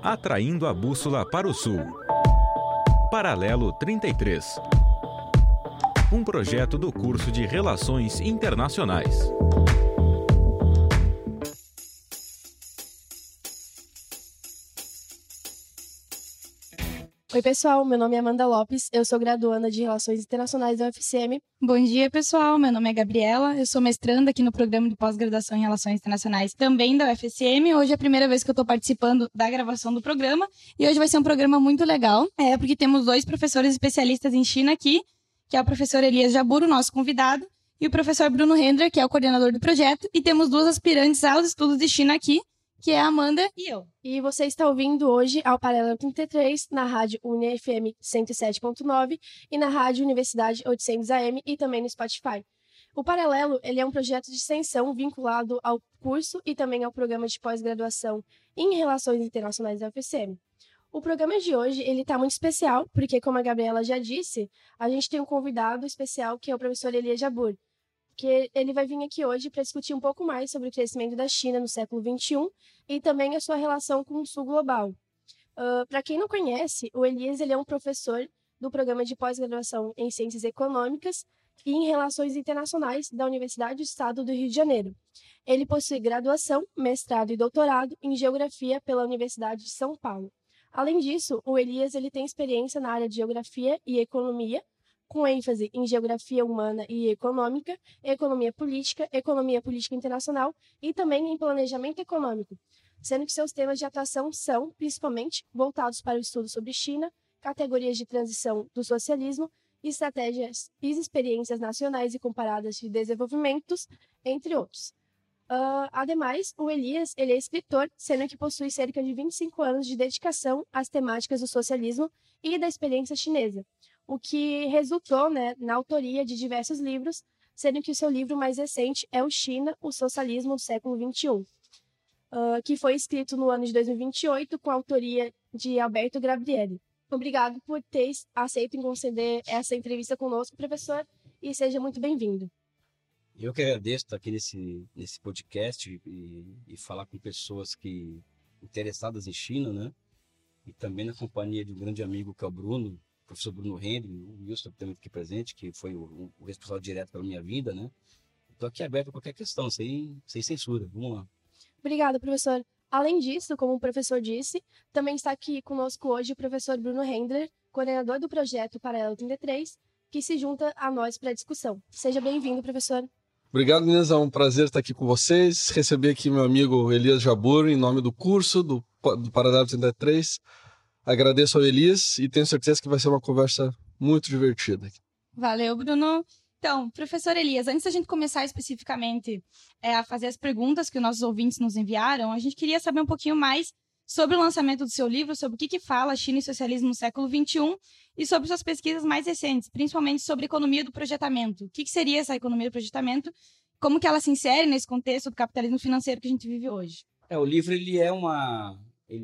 Atraindo a bússola para o sul. Paralelo 33. Um projeto do curso de Relações Internacionais. Oi, pessoal. Meu nome é Amanda Lopes. Eu sou graduanda de Relações Internacionais da UFSM. Bom dia, pessoal. Meu nome é Gabriela. Eu sou mestranda aqui no programa de pós-graduação em Relações Internacionais, também da UFSM. Hoje é a primeira vez que eu estou participando da gravação do programa. E hoje vai ser um programa muito legal. Porque temos 2 professores especialistas em China aqui, que é o professor Elias Jabbour, o nosso convidado, e o professor Bruno Hendler, que é o coordenador do projeto. E temos 2 aspirantes aos estudos de China aqui, que é a Amanda e eu. E você está ouvindo hoje ao Paralelo 33, na rádio UniFM 107.9 e na rádio Universidade 800 AM e também no Spotify. O Paralelo ele é um projeto de extensão vinculado ao curso e também ao programa de pós-graduação em Relações Internacionais da UFSM. O programa de hoje ele está muito especial, porque, como a Gabriela já disse, a gente tem um convidado especial que é o professor Elias Jabbour, que ele vai vir aqui hoje para discutir um pouco mais sobre o crescimento da China no século XXI e também a sua relação com o Sul Global. Para quem não conhece, o Elias ele é um professor do programa de pós-graduação em Ciências Econômicas e em Relações Internacionais da Universidade do Estado do Rio de Janeiro. Ele possui graduação, mestrado e doutorado em Geografia pela Universidade de São Paulo. Além disso, o Elias ele tem experiência na área de Geografia e Economia, com ênfase em geografia humana e econômica, economia política internacional e também em planejamento econômico, sendo que seus temas de atuação são, principalmente, voltados para o estudo sobre China, categorias de transição do socialismo, estratégias e experiências nacionais e comparadas de desenvolvimentos, entre outros. Ademais, o Elias ele é escritor, sendo que possui cerca de 25 anos de dedicação às temáticas do socialismo e da experiência chinesa, o que resultou, na autoria de diversos livros, sendo que o seu livro mais recente é o China, o Socialismo do Século XXI, que foi escrito no ano de 2028 com a autoria de Alberto Gabrielli. Obrigado por ter aceito em conceder essa entrevista conosco, professor, e seja muito bem-vindo. Eu que agradeço estar aqui nesse podcast e falar com pessoas interessadas em China, né? E também na companhia de um grande amigo que é o Bruno, o professor Bruno Hendler, o Wilson também aqui presente, que foi o responsável direto pela minha vida, né? Estou aqui aberto a qualquer questão, sem censura. Vamos lá. Obrigada, professor. Além disso, como o professor disse, também está aqui conosco hoje o professor Bruno Hendler, coordenador do projeto Paralelo 33, que se junta a nós para a discussão. Seja bem-vindo, professor. Obrigado, meninas. É um prazer estar aqui com vocês. Receber aqui meu amigo Elias Jabbour em nome do curso do Paralelo 33. Agradeço ao Elias e tenho certeza que vai ser uma conversa muito divertida. Valeu, Bruno. Então, professor Elias, antes da gente começar especificamente a fazer as perguntas que os nossos ouvintes nos enviaram, a gente queria saber um pouquinho mais sobre o lançamento do seu livro, sobre o que fala China e socialismo no século XXI e sobre suas pesquisas mais recentes, principalmente sobre economia do projetamento. O que seria essa economia do projetamento? Como que ela se insere nesse contexto do capitalismo financeiro que a gente vive hoje? O livro ele é uma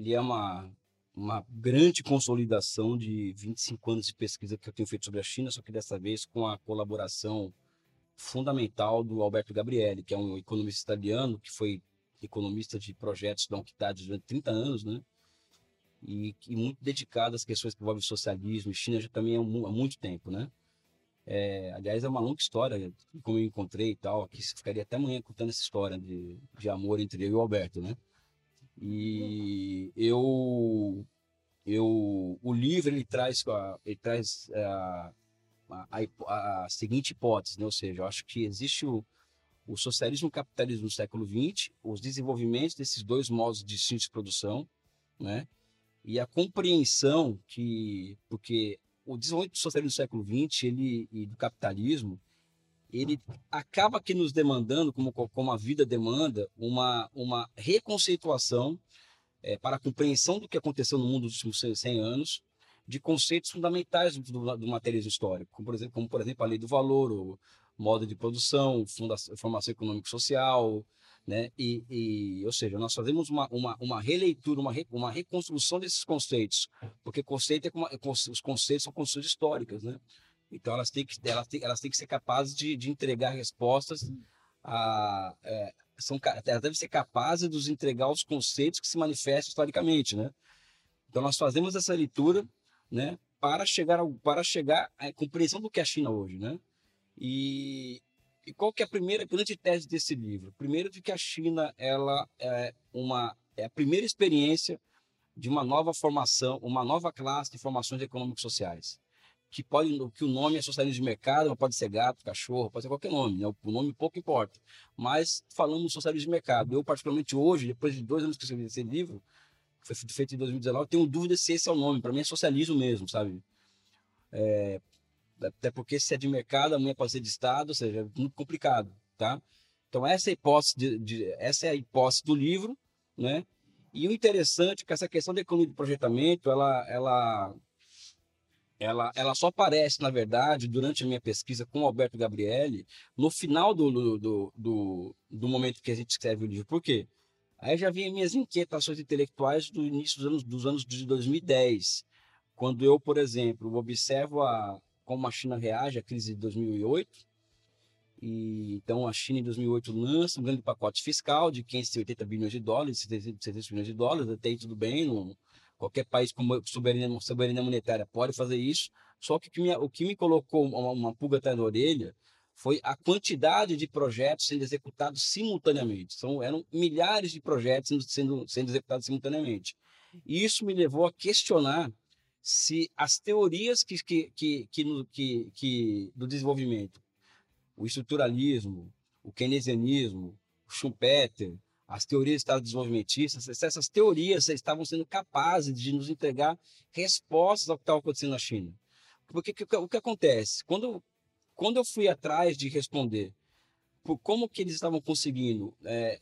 grande consolidação de 25 anos de pesquisa que eu tenho feito sobre a China, só que dessa vez com a colaboração fundamental do Alberto Gabrielli, que é um economista italiano que foi economista de projetos da UNCTAD durante 30 anos, né? E muito dedicado às questões que envolvem socialismo e China já também há muito tempo, né? Aliás, é uma longa história, como eu encontrei e tal, aqui ficaria até amanhã contando essa história de amor entre eu e o Alberto, né? E o livro ele traz a seguinte hipótese, né? Ou seja, eu acho que existe o socialismo e o capitalismo no século XX, os desenvolvimentos desses 2 modos distintos de produção, né? E a compreensão porque o desenvolvimento do socialismo no século XX e do capitalismo, ele acaba aqui nos demandando, como a vida demanda, uma reconceituação para a compreensão do que aconteceu no mundo nos últimos 100 anos, de conceitos fundamentais do materialismo histórico, como por exemplo a lei do valor, o modo de produção, formação econômico-social, né? Ou seja, nós fazemos uma releitura, uma reconstrução desses conceitos, porque os conceitos são construções históricas, né? Então elas têm que ser capazes de entregar respostas elas devem ser capazes de nos entregar os conceitos que se manifestam historicamente, né? Então, nós fazemos essa leitura, né, para chegar à compreensão do que é a China hoje, né? E qual que é a primeira grande tese desse livro? Primeiro, de que a China ela é a primeira experiência de uma nova formação, uma nova classe de formações econômicos sociais, que o nome é socialismo de mercado, mas pode ser gato, cachorro, pode ser qualquer nome, né? O nome pouco importa. Mas falando de socialismo de mercado, eu particularmente hoje, depois de 2 anos que eu escrevi esse livro, que foi feito em 2019, tenho dúvida se esse é o nome. Para mim é socialismo mesmo, sabe? Até porque se é de mercado, amanhã pode ser de Estado, ou seja, é muito complicado, tá? Então essa é a hipótese essa é a hipótese do livro, né? E o interessante é que essa questão da economia de projetamento, ela só aparece, na verdade, durante a minha pesquisa com o Alberto Gabrielli, no final do momento que a gente escreve o livro. Por quê? Aí já vinha minhas inquietações intelectuais do início dos anos de 2010, quando eu, por exemplo, observo como a China reage à crise de 2008. E, então, a China, em 2008, lança um grande pacote fiscal de 580 bilhões de dólares, 700 bilhões de dólares, até aí tudo bem, qualquer país com soberania monetária pode fazer isso, só que o que me colocou uma pulga atrás da orelha foi a quantidade de projetos sendo executados simultaneamente. Eram milhares de projetos sendo executados simultaneamente. E isso me levou a questionar se as teorias do desenvolvimento, o estruturalismo, o keynesianismo, o Schumpeter, as teorias de Estado desenvolvimentistas, essas teorias estavam sendo capazes de nos entregar respostas ao que estava acontecendo na China. Porque o que acontece? Quando eu fui atrás de responder por como que eles estavam conseguindo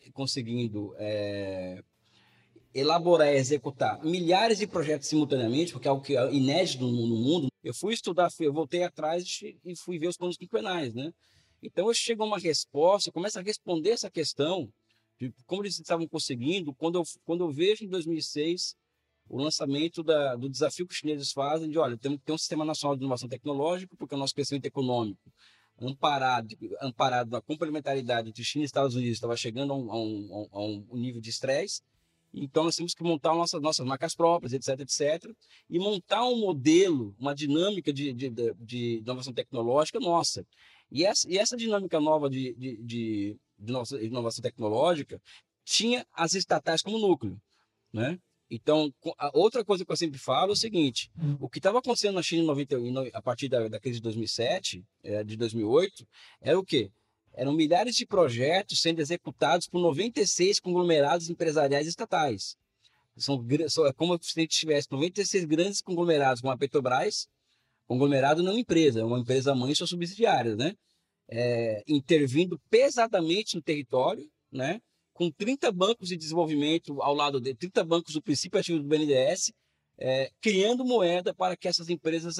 elaborar e executar milhares de projetos simultaneamente, porque é algo que é inédito no mundo, eu fui estudar, eu voltei atrás e fui ver os planos quinquenais, né? Então eu chego a uma resposta, eu começo a responder essa questão de como eles estavam conseguindo, quando eu vejo em 2006 o lançamento do desafio que os chineses fazem de, olha, temos que ter um sistema nacional de inovação tecnológica, porque o nosso crescimento econômico, amparado na complementaridade entre China e Estados Unidos, estava chegando a um nível de estresse. Então, nós temos que montar nossas marcas próprias, etc., etc., e montar um modelo, uma dinâmica de inovação tecnológica nossa. E essa dinâmica nova de inovação tecnológica tinha as estatais como núcleo, né? Então, outra coisa que eu sempre falo é o seguinte: o que estava acontecendo na China a partir da crise de 2007, de 2008, era o quê? Eram milhares de projetos sendo executados por 96 conglomerados empresariais estatais. É como se a gente tivesse 96 grandes conglomerados, como a Petrobras, conglomerado não empresa, é uma empresa mãe e suas subsidiárias, né? Intervindo pesadamente no território, né? Com 30 bancos de desenvolvimento ao lado de 30 bancos do princípio ativo do BNDES, criando moeda para que essas empresas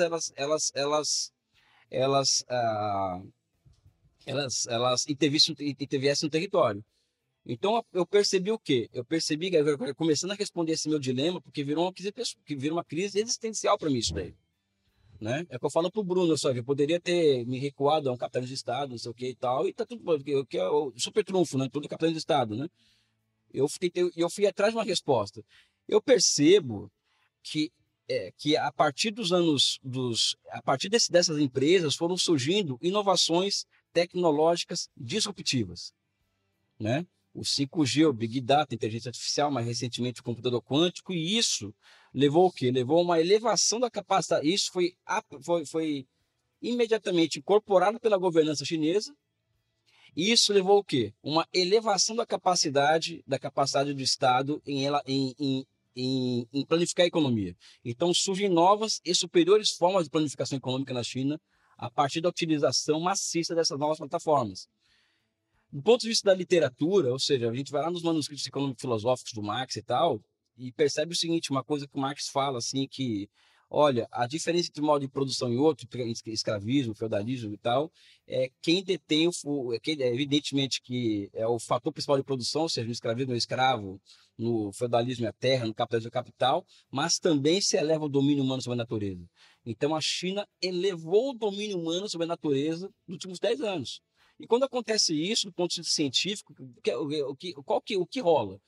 elas interviessem no território. Então eu percebi o quê? Eu percebi, começando a responder esse meu dilema, porque virou uma crise existencial para mim isso daí. Né? É o que eu falo pro Bruno, só que eu poderia ter me recuado a um capitalismo de Estado, não sei o que e tal, e tá tudo bom, que é o super trunfo, né? Tudo capitalismo de Estado, né? Eu fui atrás de uma resposta. Eu percebo que a partir dessas empresas foram surgindo inovações tecnológicas disruptivas, né? O 5G, o Big Data, a inteligência artificial, mais recentemente o computador quântico, e isso levou o quê? Levou a uma elevação da capacidade. Isso foi imediatamente incorporado pela governança chinesa, e isso levou o quê? Uma elevação da capacidade do Estado em planificar a economia. Então surgem novas e superiores formas de planificação econômica na China a partir da utilização maciça dessas novas plataformas. Do ponto de vista da literatura, ou seja, a gente vai lá nos manuscritos econômico-filosóficos do Marx e tal, e percebe o seguinte, uma coisa que o Marx fala, assim, que, olha, a diferença entre um modo de produção e outro, escravismo, feudalismo e tal, quem detém, evidentemente que é o fator principal de produção, ou seja, no escravismo é o escravo, no feudalismo é a terra, no capitalismo é o capital, mas também se eleva o domínio humano sobre a natureza. Então a China elevou o domínio humano sobre a natureza nos últimos 10 anos. E quando acontece isso, do ponto de vista científico, o que rola?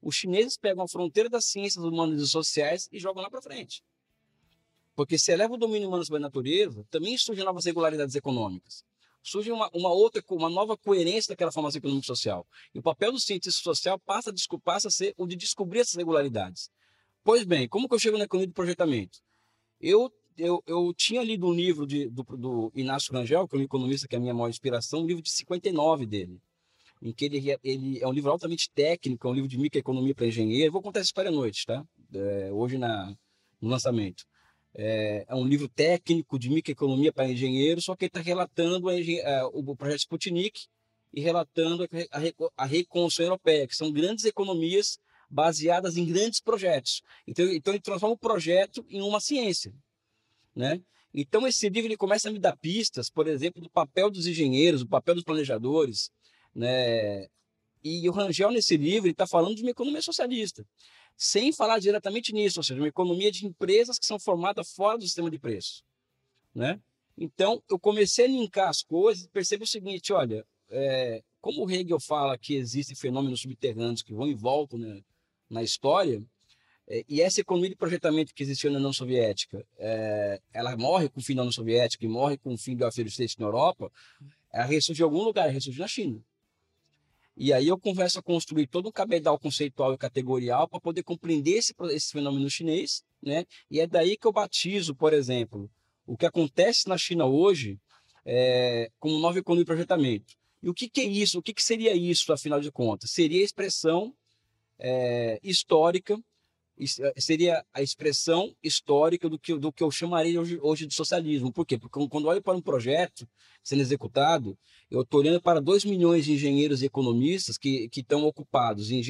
Os chineses pegam a fronteira das ciências humanas e sociais e jogam lá para frente. Porque se eleva o domínio humano sobre a natureza, também surgem novas regularidades econômicas. Surge uma nova coerência daquela formação econômica e social. E o papel do cientista social passa a ser o de descobrir essas regularidades. Pois bem, como que eu chego na economia do projetamento? Eu tinha lido um livro do Inácio Rangel, que é um economista que é a minha maior inspiração, um livro de 59 dele, em que ele é um livro altamente técnico, é um livro de microeconomia para engenheiro. Vou contar essa história à noite, tá? Hoje no lançamento. É um livro técnico de microeconomia para engenheiro, só que ele está relatando o projeto Sputnik e relatando a reconstrução europeia, que são grandes economias baseadas em grandes projetos. Então ele transforma o projeto em uma ciência, né? Então esse livro ele começa a me dar pistas, por exemplo, do papel dos engenheiros, do papel dos planejadores, né? E o Rangel nesse livro está falando de uma economia socialista, sem falar diretamente nisso, ou seja, uma economia de empresas que são formadas fora do sistema de preços, né? Então eu comecei a linkar as coisas e percebo o seguinte: olha, como o Hegel fala que existem fenômenos subterrâneos que vão e voltam, né, na história, e essa economia de projetamento que existiu na União Soviética, ela morre com o fim da União Soviética e morre com o fim do welfare state na Europa, ela ressurge em algum lugar, ela ressurge na China. E aí eu começo a construir todo um cabedal conceitual e categorial para poder compreender esse fenômeno chinês, né? E é daí que eu batizo, por exemplo, o que acontece na China hoje como nova economia de projetamento. E o que é isso? O que seria isso, afinal de contas? Seria a expressão histórica, seria a expressão histórica do que eu chamaria hoje de socialismo. Por quê? Porque quando eu olho para um projeto sendo executado, eu estou olhando para 2 milhões de engenheiros e economistas que estão ocupados em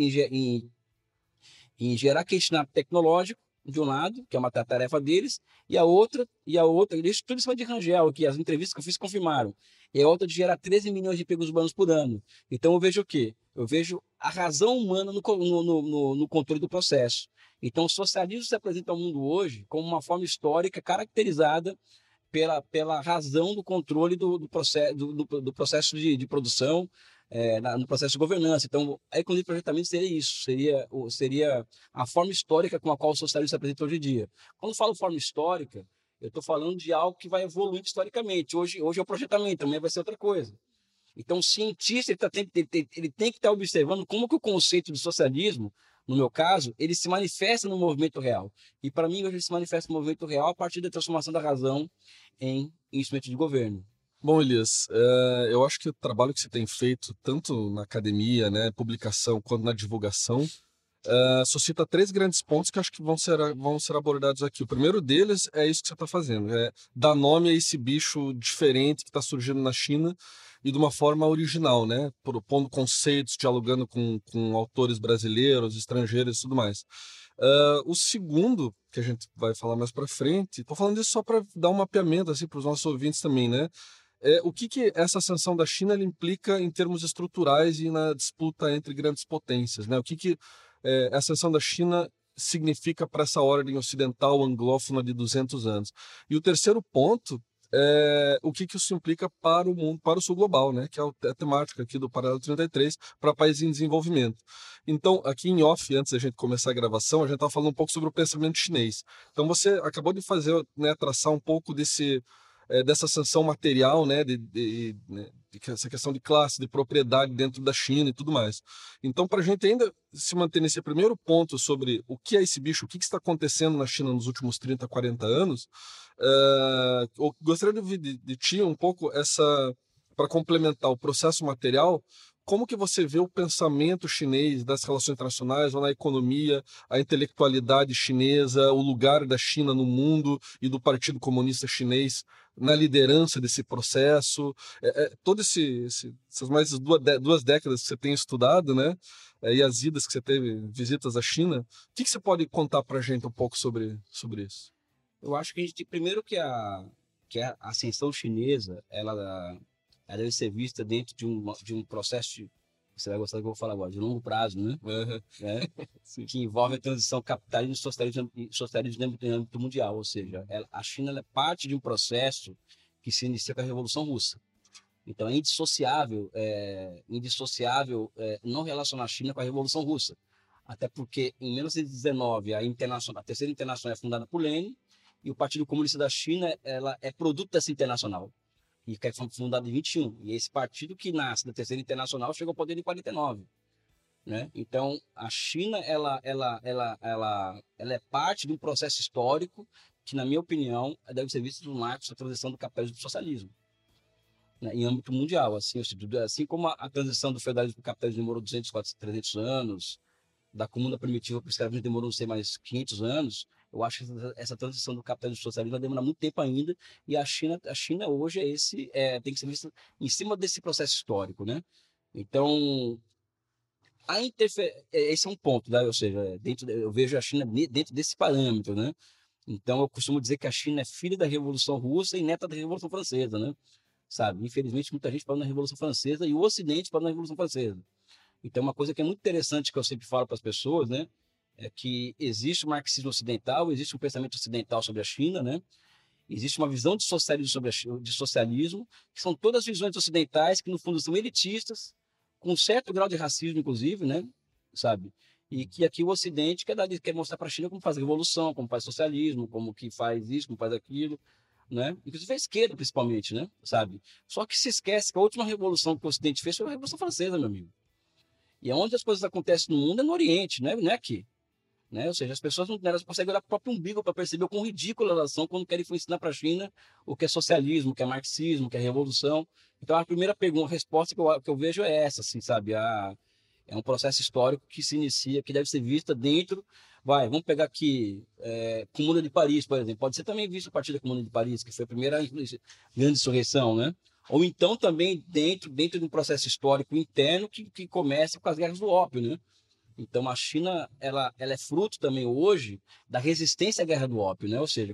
gerar questionamento tecnológico, de um lado, que é uma tarefa deles, e a outra, isso tudo em cima de Rangel, que as entrevistas que eu fiz confirmaram, e a outra de gerar 13 milhões de empregos urbanos por ano. Então eu vejo o quê? Eu vejo a razão humana no controle do processo. Então o socialismo se apresenta ao mundo hoje como uma forma histórica caracterizada pela razão do controle do processo de produção, no processo de governança. Então, a economia de projetamento seria isso, seria a forma histórica com a qual o socialismo se apresenta hoje em dia. Quando eu falo forma histórica, eu estou falando de algo que vai evoluindo historicamente. Hoje é o projetamento, amanhã vai ser outra coisa. Então, o cientista ele tem que estar observando como que o conceito de socialismo, no meu caso, ele se manifesta no movimento real. E, para mim, hoje ele se manifesta no movimento real a partir da transformação da razão em instrumento de governo. Bom, Elias, eu acho que o trabalho que você tem feito, tanto na academia, né, publicação, quanto na divulgação, suscita 3 grandes pontos que acho que vão ser abordados aqui. O primeiro deles é isso que você está fazendo, dar nome a esse bicho diferente que está surgindo na China e de uma forma original, né, propondo conceitos, dialogando com autores brasileiros, estrangeiros e tudo mais. O segundo, que a gente vai falar mais para frente, estou falando isso só para dar um mapeamento assim, para os nossos ouvintes também, né? O que essa ascensão da China implica em termos estruturais e na disputa entre grandes potências, né? O que a ascensão da China significa para essa ordem ocidental anglófona de 200 anos. E o terceiro ponto é o que isso implica para o mundo, para o sul global, né? Que é a temática aqui do Paralelo 33, para países em desenvolvimento. Então, aqui em off, antes da gente começar a gravação, a gente estava falando um pouco sobre o pensamento chinês. Então, você acabou de fazer, né, traçar um pouco dessa ascensão material, né, essa questão de classe, de propriedade dentro da China e tudo mais. Então, para a gente ainda se manter nesse primeiro ponto sobre o que é esse bicho, o que está acontecendo na China nos últimos 30, 40 anos, eu gostaria de ouvir de ti um pouco para complementar o processo material, como que você vê o pensamento chinês das relações internacionais ou na economia, a intelectualidade chinesa, o lugar da China no mundo e do Partido Comunista Chinês na liderança desse processo, todas essas mais duas décadas que você tem estudado, né, e as idas que você teve, visitas à China, o que você pode contar para a gente um pouco sobre isso? Eu acho que primeiro que a ascensão chinesa, ela deve ser vista dentro de um processo, você vai gostar do que eu vou falar agora, de longo prazo, né? Que envolve a transição capitalista e socialismo no âmbito mundial, ou seja, a China é parte de um processo que se inicia com a Revolução Russa. Então é indissociável não relacionar a China com a Revolução Russa. Até porque, em 1919, a Terceira Internacional é fundada por Lenin, e o Partido Comunista da China ela é produto dessa internacional, e que foi fundada em 21. E esse partido que nasce da Terceira Internacional chegou ao poder em 49. Né? Então, a China ela é parte de um processo histórico que, na minha opinião, deve ser visto no marco da transição do capitalismo para o socialismo, né? Em âmbito mundial. Assim como a transição do feudalismo para o capitalismo demorou 200, 400, 300 anos, da comuna primitiva para o escravismo demorou, não sei, mais 500 anos, eu acho que essa transição do capitalismo para o socialismo vai demorar muito tempo ainda, e a China hoje tem que ser vista em cima desse processo histórico, né? Então, esse é um ponto, né? Ou seja, eu vejo a China dentro desse parâmetro, né? Então, eu costumo dizer que a China é filha da Revolução Russa e neta da Revolução Francesa, né? Sabe? Infelizmente, muita gente fala na Revolução Francesa e o Ocidente fala na Revolução Francesa. Então, uma coisa que é muito interessante que eu sempre falo para as pessoas, né? É que existe o marxismo ocidental, existe um pensamento ocidental sobre a China, né? Existe uma visão de socialismo de socialismo, que são todas visões ocidentais que, no fundo, são elitistas, com um certo grau de racismo, inclusive, né? Sabe? E que aqui o Ocidente quer mostrar para a China como faz revolução, como faz socialismo, como que faz isso, como faz aquilo, né? Inclusive a esquerda, principalmente, né? Sabe? Só que se esquece que a última revolução que o Ocidente fez foi a Revolução Francesa, meu amigo. E onde as coisas acontecem no mundo é no Oriente, né? Não é aqui. Né? Ou seja, as pessoas não elas conseguem olhar para o próprio umbigo para perceber o quão ridícula elas são quando querem ensinar para a China o que é socialismo, o que é marxismo, o que é revolução. Então, a primeira pergunta, a resposta que eu vejo é essa, assim, sabe? É um processo histórico que se inicia, que deve ser vista dentro. Vamos pegar aqui Comuna de Paris, por exemplo. Pode ser também visto a partir da Comuna de Paris, que foi a primeira grande insurreição, né? Ou então também dentro de um processo histórico interno que começa com as guerras do ópio, né? Então, a China ela é fruto também hoje da resistência à guerra do ópio, né? Ou seja,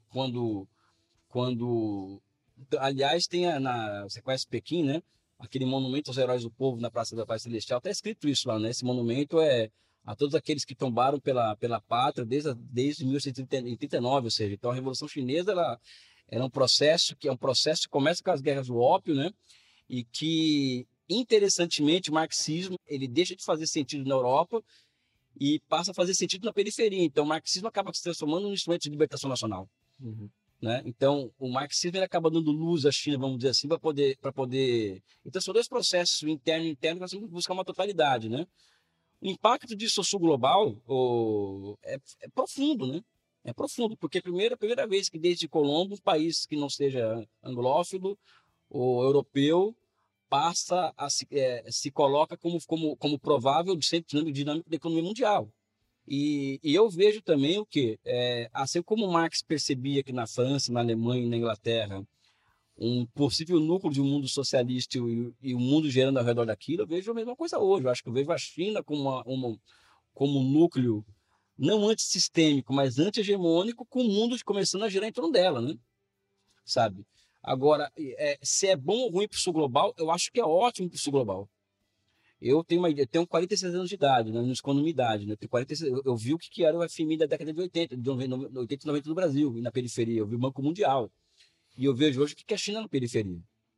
aliás, você conhece Pequim, né? Aquele monumento aos heróis do povo na Praça da Paz Celestial, está escrito isso lá, né? Esse monumento é a todos aqueles que tombaram pela pátria desde 1889, ou seja, então a Revolução Chinesa ela é um processo que começa com as guerras do ópio, né? E que, interessantemente, o marxismo ele deixa de fazer sentido na Europa e passa a fazer sentido na periferia. Então, o marxismo acaba se transformando num instrumento de libertação nacional. Uhum. Né? Então, o marxismo ele acaba dando luz à China, vamos dizer assim, para poder... Então, são dois processos, interno e interno, que nós temos que buscar uma totalidade. Né? O impacto disso ao sul global é profundo, né? É profundo, porque a primeira vez que, desde Colombo, um país que não seja anglófilo ou europeu passa a se coloca como provável centro dinâmico da economia mundial. E eu vejo também o que, assim como Marx percebia que na França, na Alemanha e na Inglaterra um possível núcleo de um mundo socialista e o mundo gerando ao redor daquilo, eu vejo a mesma coisa hoje. Eu acho que eu vejo a China como um núcleo não antissistêmico, mas anti-hegemônico, com o mundo começando a girar em torno dela, né? Sabe? Agora, se é bom ou ruim para o sul global, eu acho que é ótimo para o sul global. Eu tenho 46 anos de idade, né? Não escondo minha idade. Né? Eu vi o que era o FMI da década de 80, de 80 e 90 no Brasil, e na periferia. Eu vi o Banco Mundial. E eu vejo hoje o que é a China na periferia.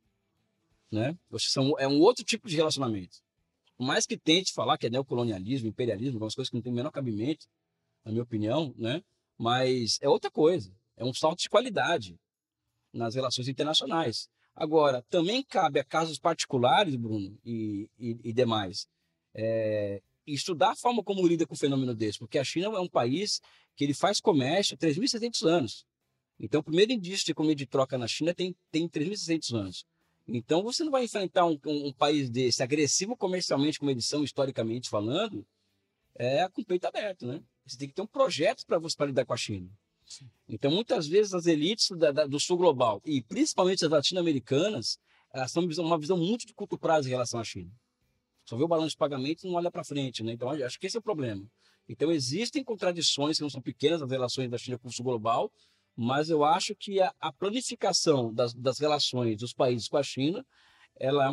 Né? É um outro tipo de relacionamento. Por mais que tente falar que é neocolonialismo, imperialismo, algumas coisas que não tem o menor cabimento, na minha opinião, né? Mas é outra coisa. É um salto de qualidade nas relações internacionais. Agora, também cabe a casos particulares, Bruno, e demais, estudar a forma como lida com o fenômeno desse, porque a China é um país que ele faz comércio há 3.600 anos. Então, o primeiro indício de economia de troca na China tem 3.600 anos. Então, você não vai enfrentar um país desse, agressivo comercialmente, como eles são historicamente falando, com o peito aberto, né? Você tem que ter um projeto para lidar com a China. Então, muitas vezes, as elites do sul global, e principalmente as latino-americanas, elas têm uma visão muito de curto prazo em relação à China. Só vê o balanço de pagamento e não olha para frente, né? Então, acho que esse é o problema. Então, existem contradições que não são pequenas nas relações da China com o sul global, mas eu acho que a planificação das relações dos países com a China, ela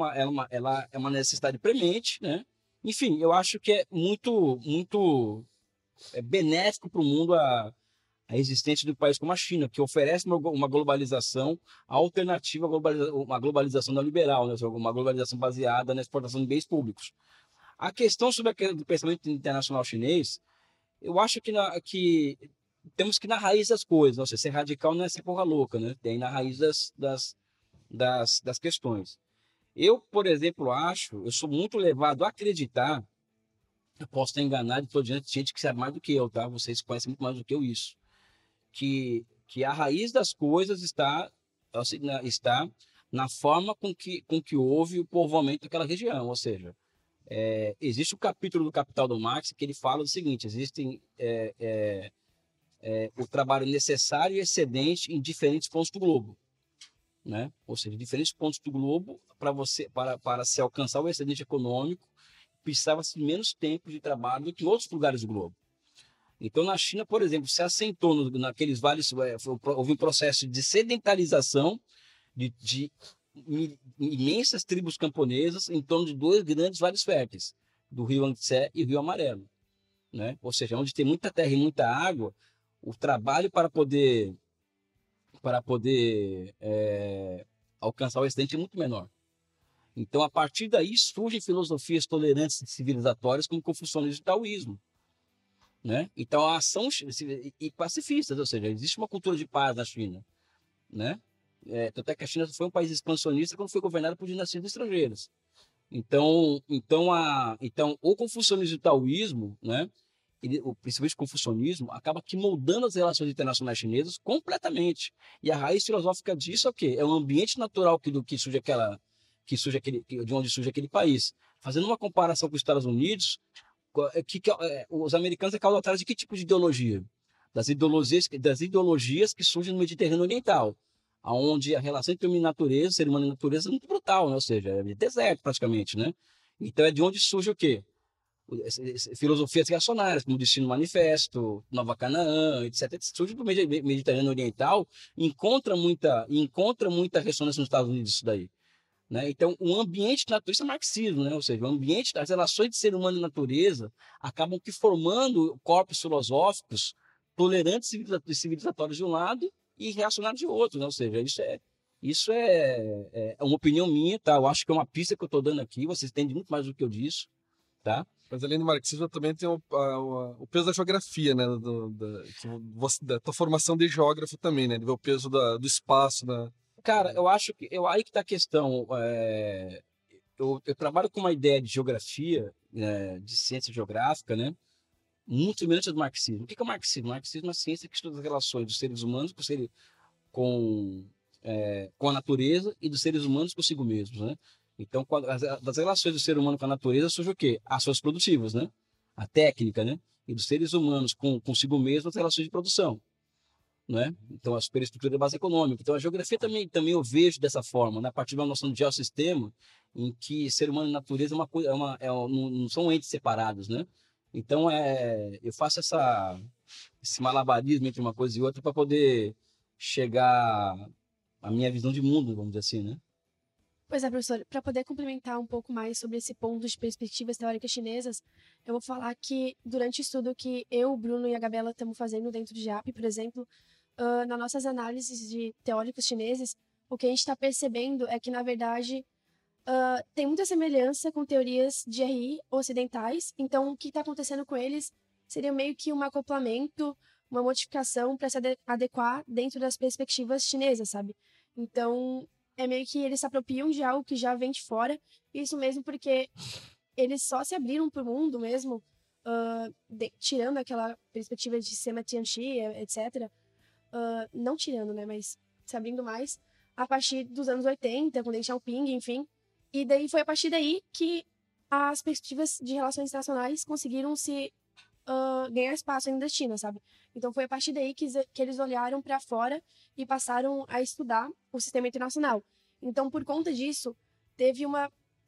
é uma necessidade premente, né? Enfim, eu acho que é muito, muito benéfico para o mundo a existência de um país como a China, que oferece uma globalização alternativa uma globalização neoliberal, né? Uma globalização baseada na exportação de bens públicos. A questão sobre do pensamento internacional chinês, eu acho que temos que ir na raiz das coisas. Ou seja, ser radical não é ser porra louca, né? Tem na raiz das questões. Eu, por exemplo, eu sou muito levado a acreditar, eu posso estar enganado, estou diante de gente que sabe mais do que eu, tá? Vocês conhecem muito mais do que eu isso. Que a raiz das coisas está na forma com que houve o povoamento daquela região. Ou seja, existe o capítulo do Capital do Marx que ele fala o seguinte: existem o trabalho necessário e excedente em diferentes pontos do globo, né? Ou seja, diferentes pontos do globo para se alcançar o excedente econômico precisava-se menos tempo de trabalho do que em outros lugares do globo. Então, na China, por exemplo, se assentou naqueles vários, houve um processo de sedentarização de imensas tribos camponesas em torno de dois grandes vales férteis, do rio Yangtze e o rio Amarelo, né? Ou seja, onde tem muita terra e muita água, o trabalho para poder alcançar o excedente é muito menor. Então, a partir daí, surgem filosofias tolerantes e civilizatórias como o confucionismo e o taoísmo, né? Então, a ação e pacifistas, ou seja, existe uma cultura de paz na China, né? Tanto é que a China foi um país expansionista quando foi governado por dinastias estrangeiras. Então o confucionismo e o taoísmo, né? Principalmente o confucionismo, acaba que moldando as relações internacionais chinesas completamente. E a raiz filosófica disso é o quê? É o ambiente natural de onde surge aquele país. Fazendo uma comparação com os Estados Unidos, os americanos é causatários de que tipo de ideologia? Das ideologias que surgem no Mediterrâneo Oriental, onde a relação entre natureza, ser humano e natureza é muito brutal, né? Ou seja, é deserto praticamente, né? Então é de onde surge o quê? Filosofias reacionárias, como o Destino Manifesto, Nova Canaã, etc. Surge do Mediterrâneo Oriental e encontra muita ressonância nos Estados Unidos isso daí, né? Então, o ambiente naturalista é marxismo, né? Ou seja, o ambiente, as relações de ser humano e natureza acabam que formando corpos filosóficos tolerantes e civilizatórios de um lado e reacionários de outro, né? Ou seja, isso é uma opinião minha, tá? Eu acho que é uma pista que eu estou dando aqui, vocês entendem muito mais do que eu disse, tá? Mas além do marxismo também tem o peso da geografia, né? Da tua formação de geógrafo também, né? De ver o peso do espaço, né? Cara, eu acho que aí que está a questão. Eu trabalho com uma ideia de geografia, de ciência geográfica, né? Muito semelhante ao do marxismo. O que é o marxismo? O marxismo é a ciência que estuda as relações dos seres humanos com a natureza e dos seres humanos consigo mesmos, né? Então, das relações do ser humano com a natureza surge o quê? Ações produtivas, né? A técnica, né? E dos seres humanos consigo mesmos as relações de produção, né? Então, a superestrutura da base econômica. Então, a geografia também eu vejo dessa forma, né? A partir de uma noção de geossistema, em que ser humano e natureza não são entes separados, né? Então, eu faço esse malabarismo entre uma coisa e outra para poder chegar à minha visão de mundo, vamos dizer assim, né? Pois é, professor, para poder complementar um pouco mais sobre esse ponto de perspectivas teóricas chinesas, eu vou falar que durante o estudo que eu, o Bruno e a Gabriela estamos fazendo dentro de JAP, por exemplo, nas nossas análises de teóricos chineses, o que a gente está percebendo é que, na verdade, tem muita semelhança com teorias de RI ocidentais. Então, o que está acontecendo com eles seria meio que um acoplamento, uma modificação para se adequar dentro das perspectivas chinesas, sabe? Então, é meio que eles se apropriam de algo que já vem de fora. Isso mesmo porque eles só se abriram para o mundo mesmo, tirando aquela perspectiva de Sema Tianchi, etc. Não tirando, né? Mas se abrindo mais a partir dos anos 80, com Deng Xiaoping, enfim. E daí foi a partir daí que as perspectivas de relações internacionais conseguiram ganhar espaço ainda na China, sabe? Então foi a partir daí que eles olharam para fora e passaram a estudar o sistema internacional. Então, por conta disso, teve uma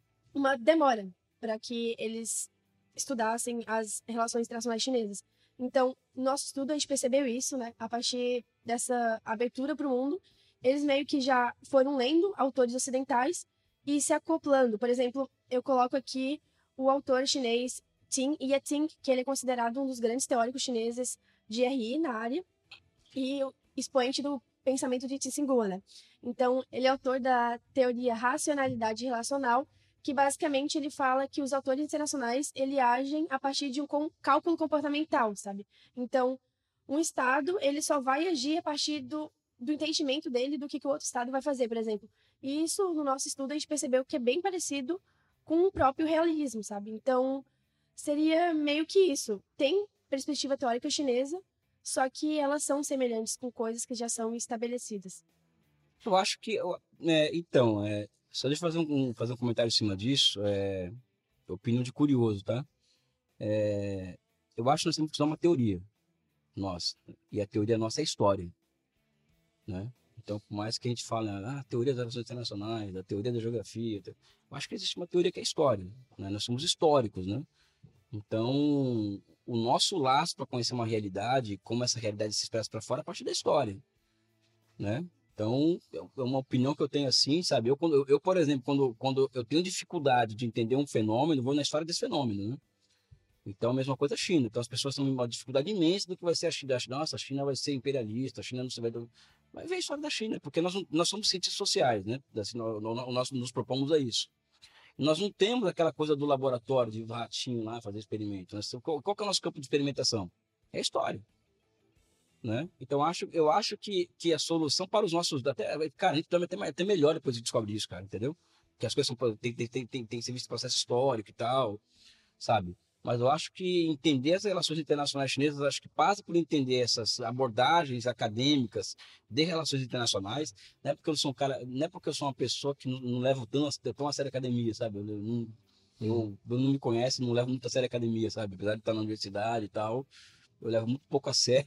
demora para que eles estudassem as relações internacionais chinesas. Então, no nosso estudo, a gente percebeu isso, né? A partir dessa abertura para o mundo, eles meio que já foram lendo autores ocidentais e se acoplando. Por exemplo, eu coloco aqui o autor chinês Qin Yeting, que ele é considerado um dos grandes teóricos chineses de RI na área e expoente do pensamento de Tsinghua, né? Então, ele é autor da teoria racionalidade relacional, que basicamente ele fala que os autores internacionais, ele agem a partir de um cálculo comportamental, sabe? Então, um Estado, ele só vai agir a partir do entendimento dele do que o outro Estado vai fazer, por exemplo. E isso, no nosso estudo, a gente percebeu que é bem parecido com o próprio realismo, sabe? Então, seria meio que isso. Tem perspectiva teórica chinesa, só que elas são semelhantes com coisas que já são estabelecidas. Eu acho que... só deixa eu fazer um comentário em cima disso. Opinião de curioso, tá? Eu acho que nós temos que usar uma teoria nossa. E a teoria nossa é a história, né? Então, por mais que a gente fale a teoria das relações internacionais, a teoria da geografia, eu acho que existe uma teoria que é a história, né? Nós somos históricos, né? Então, o nosso laço para conhecer uma realidade, como essa realidade se expressa para fora, é a partir da história, né? Então, é uma opinião que eu tenho assim, sabe? Eu por exemplo, quando eu tenho dificuldade de entender um fenômeno, eu vou na história desse fenômeno, né? Então, a mesma coisa a China. Então, as pessoas têm uma dificuldade imensa do que vai ser a China. Nossa, a China vai ser imperialista, a China não se vai... Mas vem a história da China, porque nós somos cientistas sociais, né? Assim, nós nos propomos a isso. Nós não temos aquela coisa do laboratório, de ratinho lá, fazer experimento. Qual que é o nosso campo de experimentação? É a história, né? Então, eu acho que a solução para os nossos... Cara, a gente também até melhor depois de descobrir isso, cara, entendeu? Que as coisas tem que ser visto processo histórico e tal, sabe? Mas eu acho que entender as relações internacionais chinesas, acho que passa por entender essas abordagens acadêmicas de relações internacionais. Não é porque eu sou um cara, não é porque eu sou uma pessoa que não levo tão a sério a academia, sabe? Eu não me conhece, não levo muito a sério a academia, sabe? Apesar de estar na universidade e tal, eu levo muito pouco a sério.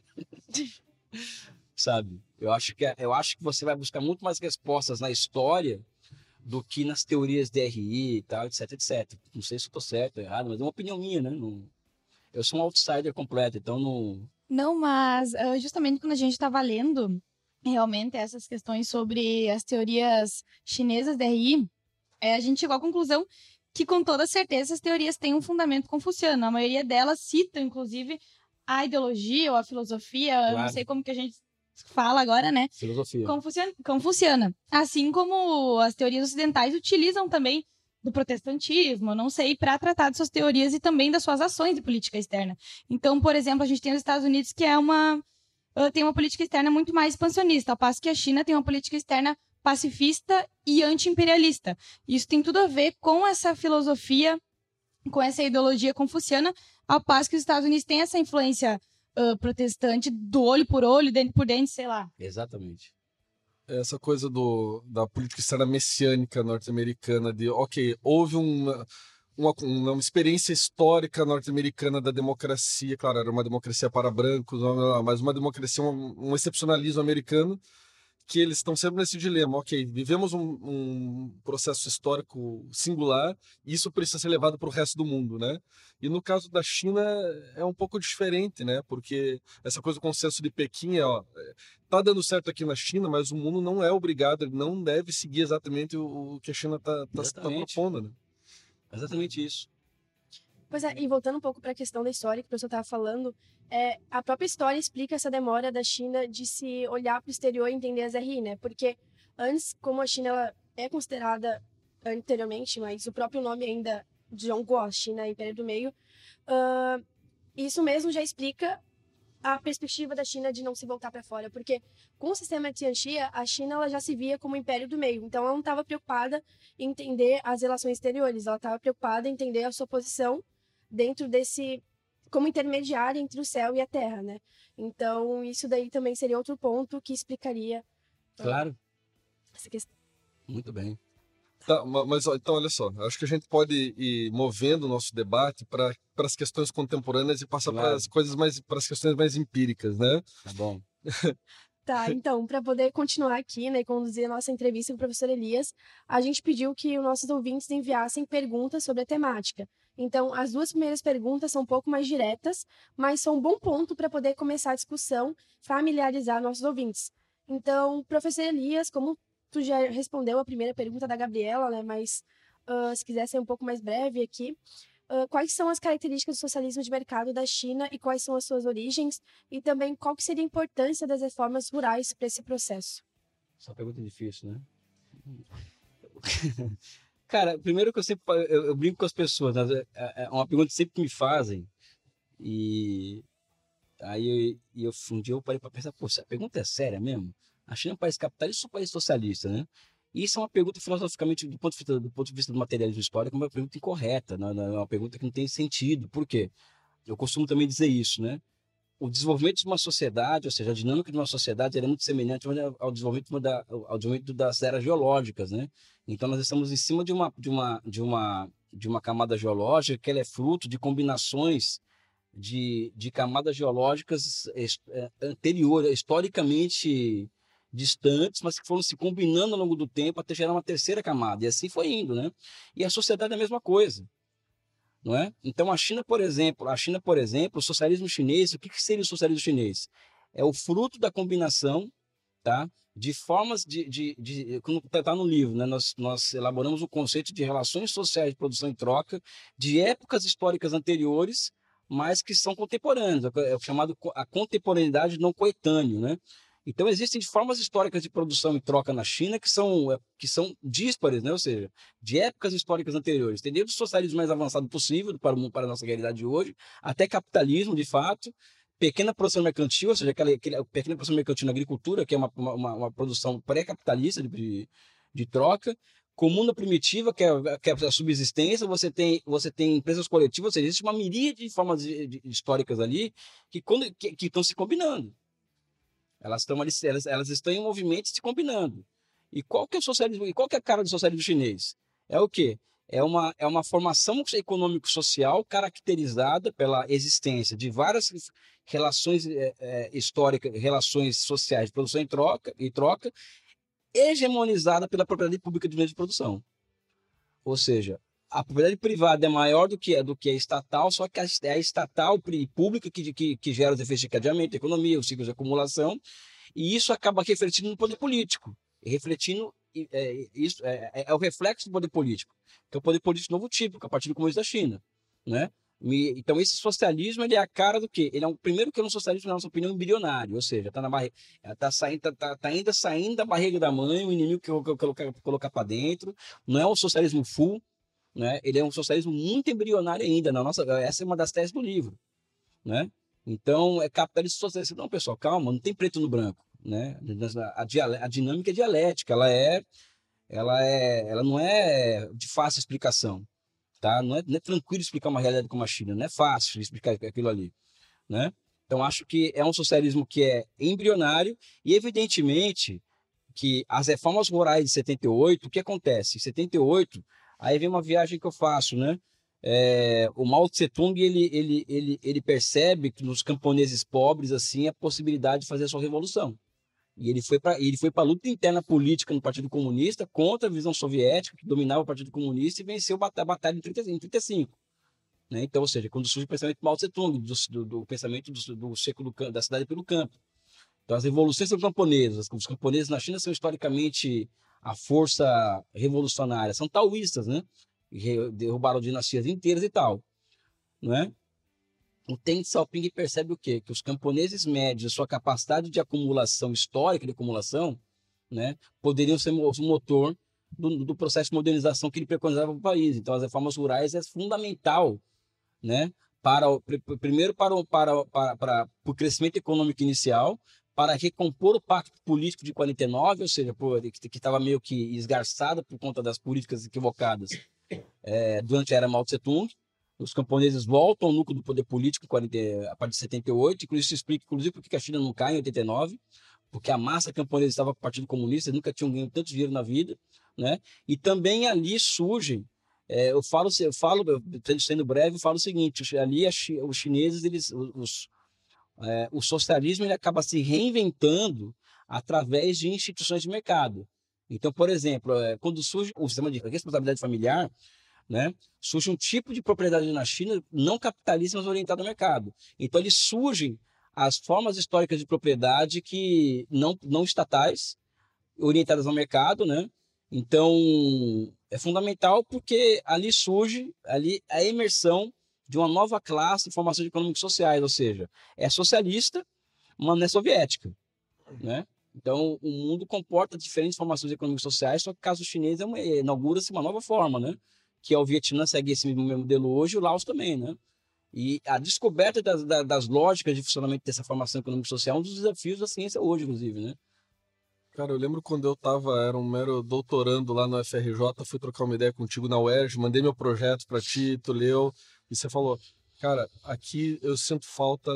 Sabe? Eu acho que você vai buscar muito mais respostas na história do que nas teorias DRI e tal, etc, etc. Não sei se eu estou certo ou errado, mas é uma opinião minha, né? Eu sou um outsider completo, então não... Não, mas justamente quando a gente estava lendo realmente essas questões sobre as teorias chinesas DRI, a gente chegou à conclusão que com toda certeza as teorias têm um fundamento confuciano. A maioria delas cita, inclusive, a ideologia ou a filosofia, Claro. Eu não sei como que a gente fala agora, né? Filosofia. Confuciana. Assim como as teorias ocidentais utilizam também do protestantismo, não sei, para tratar de suas teorias e também das suas ações de política externa. Então, por exemplo, a gente tem os Estados Unidos que tem uma política externa muito mais expansionista, ao passo que a China tem uma política externa pacifista e anti-imperialista. Isso tem tudo a ver com essa filosofia, com essa ideologia confuciana, ao passo que os Estados Unidos têm essa influência protestante do olho por olho, dente por dente, sei lá. Exatamente. Essa coisa da política externa messiânica norte-americana, houve uma experiência histórica norte-americana da democracia, claro, era uma democracia para brancos, mas uma democracia, um excepcionalismo americano, que eles estão sempre nesse dilema, vivemos um processo histórico singular e isso precisa ser levado para o resto do mundo, né? E no caso da China é um pouco diferente, né? Porque essa coisa do consenso de Pequim tá dando certo aqui na China, mas o mundo não é obrigado, ele não deve seguir exatamente o que a China tá propondo, né? Exatamente isso. Pois é, e voltando um pouco para a questão da história que o professor estava falando, a própria história explica essa demora da China de se olhar para o exterior e entender as RI, né? Porque antes, como a China ela é considerada anteriormente, mas o próprio nome ainda de Zhongguo, China, Império do Meio, isso mesmo já explica a perspectiva da China de não se voltar para fora, porque com o sistema de Tianxia, a China ela já se via como o Império do Meio, então ela não estava preocupada em entender as relações exteriores, ela estava preocupada em entender a sua posição dentro desse, como intermediária entre o céu e a terra, né? Então, isso daí também seria outro ponto que explicaria Claro. Essa questão. Muito bem. Tá, mas então, olha só, acho que a gente pode ir movendo o nosso debate para as questões contemporâneas e passar Claro. para as questões mais empíricas, né? Tá bom. Tá, então, para poder continuar aqui, né, e conduzir a nossa entrevista com o professor Elias, a gente pediu que os nossos ouvintes enviassem perguntas sobre a temática. Então, as duas primeiras perguntas são um pouco mais diretas, mas são um bom ponto para poder começar a discussão, familiarizar nossos ouvintes. Então, professor Elias, como tu já respondeu a primeira pergunta da Gabriela, né, mas se quiser ser um pouco mais breve aqui, quais são as características do socialismo de mercado da China e quais são as suas origens? E também qual que seria a importância das reformas rurais para esse processo? Essa pergunta é difícil, né? Cara, primeiro que eu brinco com as pessoas, né? É uma pergunta que sempre me fazem, e aí um dia eu parei para pensar, pô, essa pergunta é séria mesmo? A China é um país capitalista ou um país socialista, né? E isso é uma pergunta, filosoficamente, do ponto de vista do materialismo histórico, é uma pergunta incorreta, né? É uma pergunta que não tem sentido. Por quê? Eu costumo também dizer isso, né? O desenvolvimento de uma sociedade, ou seja, a dinâmica de uma sociedade, é muito semelhante ao desenvolvimento das eras geológicas, né? Então, nós estamos em cima de uma camada geológica que ela é fruto de combinações de camadas geológicas anteriores, historicamente distantes, mas que foram se combinando ao longo do tempo até gerar uma terceira camada. E assim foi indo, né? E a sociedade é a mesma coisa, não é? Então a China, por exemplo, o socialismo chinês, o que seria o socialismo chinês? É o fruto da combinação, tá? De formas como está no livro, né? Nós elaboramos o conceito de relações sociais de produção e troca de épocas históricas anteriores, mas que são contemporâneas, é o chamado a contemporaneidade não coetâneo, né? Então existem formas históricas de produção e troca na China que são díspares, né? Ou seja, de épocas históricas anteriores, tem desde o socialismo mais avançado possível para a nossa realidade de hoje, até capitalismo de fato, pequena produção mercantil, ou seja, aquela pequena produção mercantil na agricultura, que é uma produção pré-capitalista de troca, comuna primitiva, que é a subsistência, você tem empresas coletivas, ou seja, existe uma miríade de formas históricas ali que estão se combinando. Elas estão em movimento se combinando. E qual que é o socialismo? E qual que é a cara do socialismo chinês? É o quê? É uma formação econômico-social caracterizada pela existência de várias relações históricas, relações sociais de produção e troca, hegemonizada pela propriedade pública de meios de produção. Ou seja, a propriedade privada é maior do que a estatal, só que é a estatal pública que gera os efeitos de cadeamento, economia, os ciclos de acumulação, e isso acaba refletindo no poder político. Isso é o reflexo do poder político, que é o poder político novo típico, a partir do começo da China, né? Então esse socialismo ele é a cara do quê? Ele é primeiro que é um socialismo, na nossa opinião, embrionário, ou seja, tá ainda saindo da barriga da mãe, o inimigo que colocar para dentro, não é um socialismo full, né? Ele é um socialismo muito embrionário ainda. Essa é uma das teses do livro, né? Então, é capitalista socialista. Não, pessoal, calma, não tem preto no branco, né? A dinâmica é dialética, ela não é de fácil explicação, tá? Não é tranquilo explicar uma realidade como a China, não é fácil explicar aquilo ali, né? Então, acho que é um socialismo que é embrionário e, evidentemente, que as reformas rurais de 78, o que acontece? Em 78, aí vem uma viagem que eu faço, né? O Mao Tse Tung ele percebe que nos camponeses pobres assim a possibilidade de fazer a sua revolução. E ele foi para a luta interna política no Partido Comunista contra a visão soviética que dominava o Partido Comunista e venceu a batalha em 35. Né? Então, ou seja, quando surge o pensamento de Mao Tse Tung, do pensamento do século da cidade pelo campo. Então, as revoluções são camponesas. Os camponeses na China são historicamente a força revolucionária. São taoístas, né? Derrubaram dinastias inteiras e tal. Né? O Deng Xiaoping percebe o quê? Que os camponeses médios, sua capacidade de acumulação, histórica de acumulação, né, poderiam ser o motor do processo de modernização que ele preconizava para o país. Então, as reformas rurais é fundamental, né, primeiro para o crescimento econômico inicial, para recompor o pacto político de 49, ou seja, que estava meio que esgarçado por conta das políticas equivocadas durante a era Mao Tse Tung. Os camponeses voltam ao núcleo do poder político a partir de 78, inclusive isso explica por que a China não cai em 89, porque a massa camponesa estava com o Partido Comunista, nunca tinham ganho tanto dinheiro na vida, né? E também ali surgem, sendo breve, eu falo o seguinte, ali os chineses, o socialismo ele acaba se reinventando através de instituições de mercado. Então, por exemplo, quando surge o sistema de responsabilidade familiar, né, surge um tipo de propriedade na China não capitalista, mas orientada ao mercado. Então, ali surgem as formas históricas de propriedade que não estatais, orientadas ao mercado, né? Então, é fundamental porque ali surge a emersão de uma nova classe de formação de econômicos sociais, ou seja, é socialista, mas não é soviética, né? Então, o mundo comporta diferentes formações econômicas e sociais, só que o caso chinês inaugura-se uma nova forma, né? Que é o Vietnã segue esse mesmo modelo hoje e o Laos também, né? E a descoberta das lógicas de funcionamento dessa formação econômica e social é um dos desafios da ciência hoje, inclusive, né? Cara, eu lembro quando era um mero doutorando lá no FRJ, fui trocar uma ideia contigo na UERJ, mandei meu projeto para ti, tu leu, e você falou, cara, aqui eu sinto falta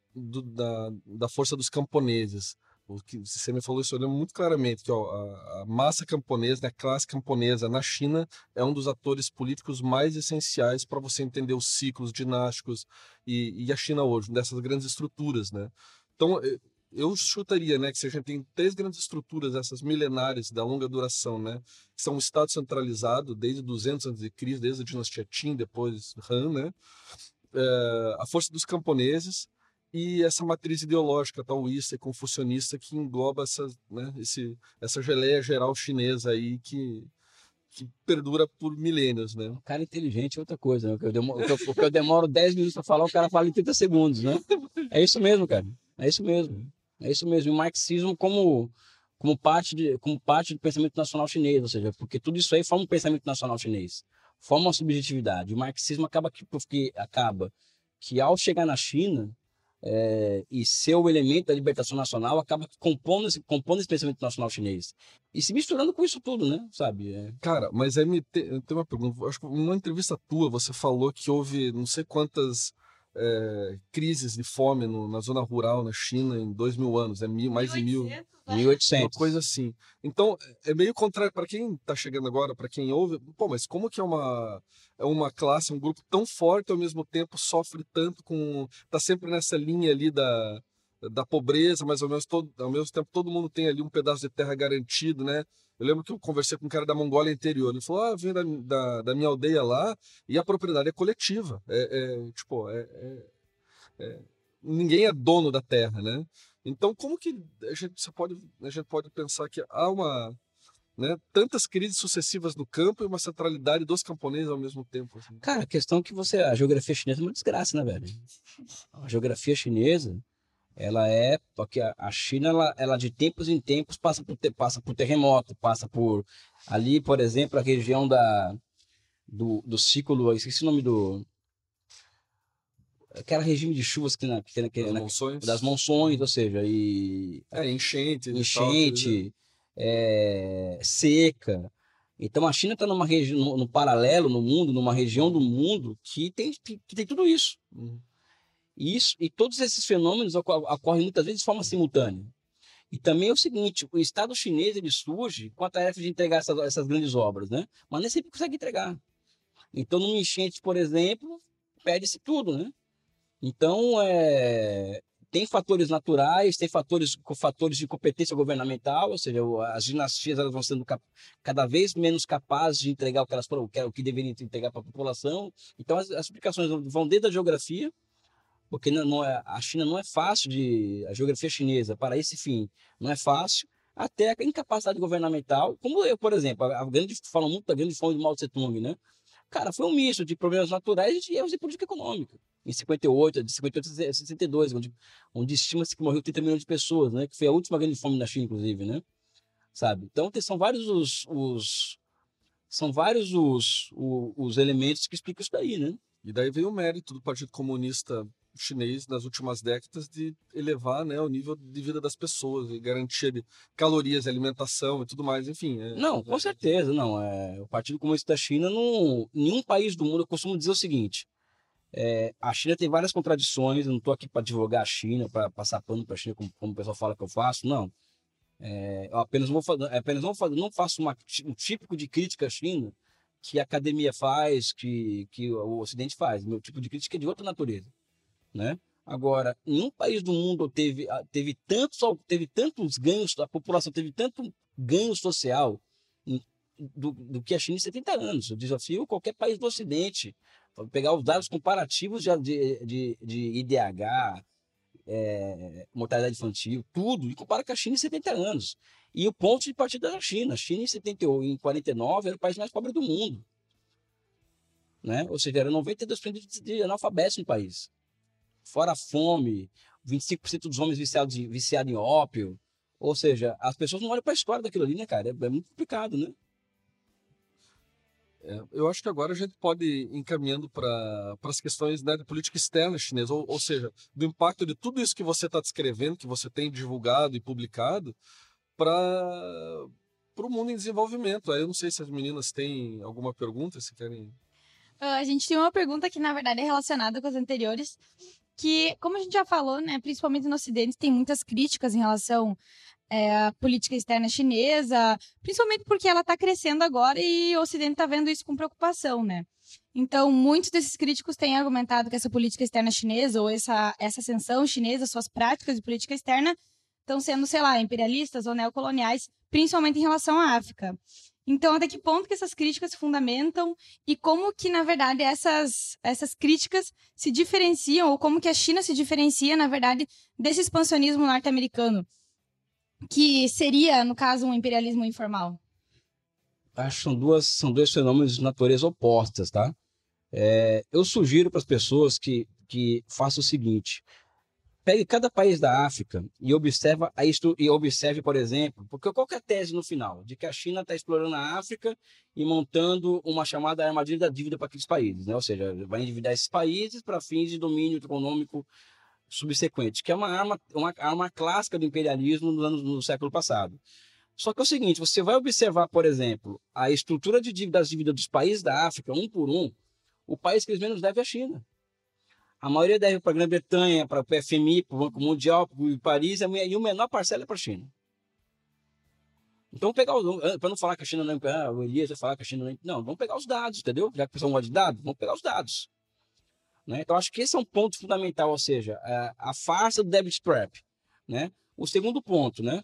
da força dos camponeses. O que você me falou isso, eu lembro muito claramente, que ó, a massa camponesa, né, a classe camponesa na China é um dos atores políticos mais essenciais para você entender os ciclos dinásticos e a China hoje, dessas grandes estruturas, né? Então, eu chutaria, né, que se a gente tem 3 grandes estruturas, essas milenares, da longa duração, né, que são o Estado centralizado, desde 200 a.C., desde a dinastia Qin, depois Han, né, a força dos camponeses e essa matriz ideológica taoísta e confucionista que engloba essa geleia geral chinesa aí que perdura por milênios, né. O cara inteligente é outra coisa, né? O que eu demoro 10 minutos para falar, o cara fala em 30 segundos, né? É isso mesmo, cara. É isso mesmo. É isso mesmo. E o marxismo como parte do pensamento nacional chinês, ou seja, porque tudo isso aí forma um pensamento nacional chinês, forma uma subjetividade. O marxismo acaba que ao chegar na China e ser o elemento da libertação nacional, acaba compondo esse pensamento nacional chinês. E se misturando com isso tudo, né? Sabe? Cara, mas aí tem uma pergunta. Acho que numa entrevista tua você falou que houve não sei quantas crises de fome na zona rural na China em 2000 anos, mais de 1800. uma coisa assim. Então, é meio contrário para quem está chegando agora, para quem ouve. Pô, mas como que é uma classe, um grupo tão forte ao mesmo tempo sofre tanto tá sempre nessa linha ali da pobreza, mas ao mesmo tempo todo mundo tem ali um pedaço de terra garantido, né? Eu lembro que eu conversei com um cara da Mongólia interior, ele falou, eu venho da minha aldeia lá e a propriedade é coletiva, ninguém é dono da terra, né? Então, como que a gente pode pensar que há tantas crises sucessivas no campo e uma centralidade dos camponeses ao mesmo tempo? Assim? Cara, a questão é que a geografia chinesa é uma desgraça, né, velho? A geografia chinesa, porque a China, ela de tempos em tempos passa por terremoto, passa por, ali, por exemplo, a região do ciclo, esqueci o nome aquela regime de chuvas das monções, ou seja, enchente, seca. Então a China está numa região, no paralelo no mundo, numa região do mundo que tem tudo isso. E todos esses fenômenos ocorrem muitas vezes de forma simultânea. E também é o seguinte, o Estado chinês ele surge com a tarefa de entregar essas grandes obras, né? Mas nem sempre consegue entregar. Então, numa enchente, por exemplo, perde-se tudo, né? Então, tem fatores naturais, tem fatores de competência governamental, ou seja, as dinastias elas vão sendo cada vez menos capazes de entregar o que deveriam entregar para a população. Então, as explicações vão desde a geografia, porque a China não é fácil, a geografia chinesa, para esse fim, não é fácil, até a incapacidade governamental, como por exemplo, falam muito da grande fome de Mao Tse-tung, né? Cara, foi um misto de problemas naturais e erros de política econômica. Em 58 a 62, onde estima-se que morreu 30 milhões de pessoas, né? Que foi a última grande fome na China, inclusive, né? Sabe? Então, são vários os elementos que explicam isso daí, né? E daí veio o mérito do Partido Comunista Chinês nas últimas décadas de elevar, né, o nível de vida das pessoas e garantia de calorias, alimentação e tudo mais, enfim. Não, com certeza, não. O Partido Comunista da China, nenhum país do mundo, eu costumo dizer o seguinte, a China tem várias contradições, eu não estou aqui para divulgar a China, para passar pano para a China, como o pessoal fala que eu faço, não. Eu apenas não faço um típico de crítica à China que a academia faz, que o Ocidente faz. Meu tipo de crítica é de outra natureza, né? Agora, nenhum país do mundo teve tantos ganhos, a população teve tanto ganho social do que a China em 70 anos. Eu desafio qualquer país do Ocidente pegar os dados comparativos de IDH, mortalidade infantil, tudo, e compara com a China em 70 anos. E o ponto de partida da China. A China em 49 era o país mais pobre do mundo, né? Ou seja, era 92% de analfabetos no país. Fora a fome, 25% dos homens viciados em ópio, Ou seja, as pessoas não olham para a história daquilo ali, né, cara? É muito complicado, né? Eu acho que agora a gente pode ir encaminhando para as questões, né, de política externa chinesa, ou seja, do impacto de tudo isso que você está descrevendo, que você tem divulgado e publicado, para o mundo em desenvolvimento. Aí eu não sei se as meninas têm alguma pergunta, se querem. A gente tem uma pergunta que, na verdade, é relacionada com as anteriores, que, como a gente já falou, né, principalmente no Ocidente, tem muitas críticas em relação à política externa chinesa, principalmente porque ela está crescendo agora e o Ocidente está vendo isso com preocupação, né? Então, muitos desses críticos têm argumentado que essa política externa chinesa, ou essa ascensão chinesa, suas práticas de política externa, estão sendo, sei lá, imperialistas ou neocoloniais, principalmente em relação à África. Então, até que ponto que essas críticas se fundamentam e como que, na verdade, essas críticas se diferenciam, ou como que a China se diferencia, na verdade, desse expansionismo norte-americano, que seria, no caso, um imperialismo informal? Acho que são dois fenômenos de natureza opostas, tá? Eu sugiro para as pessoas que façam o seguinte: pegue cada país da África e observe, por exemplo, porque qual que é a tese no final? De que a China está explorando a África e montando uma chamada armadilha da dívida para aqueles países, né? Ou seja, vai endividar esses países para fins de domínio econômico subsequente, que é uma arma clássica do imperialismo no século passado. Só que é o seguinte: você vai observar, por exemplo, a estrutura das dívidas dos países da África, um por um, o país que eles menos devem é a China. A maioria deve para a Grã-Bretanha, para o FMI, para o Banco Mundial, para o Paris, e o menor parcela é para a China. Então, para não falar que a China não é... o Elias vai falar que a China não é... Não, vamos pegar os dados, entendeu? Já que o pessoal gosta de dados, vamos pegar os dados. Né? Então, acho que esse é um ponto fundamental, ou seja, a farsa do debit trap. Né? O segundo ponto, né?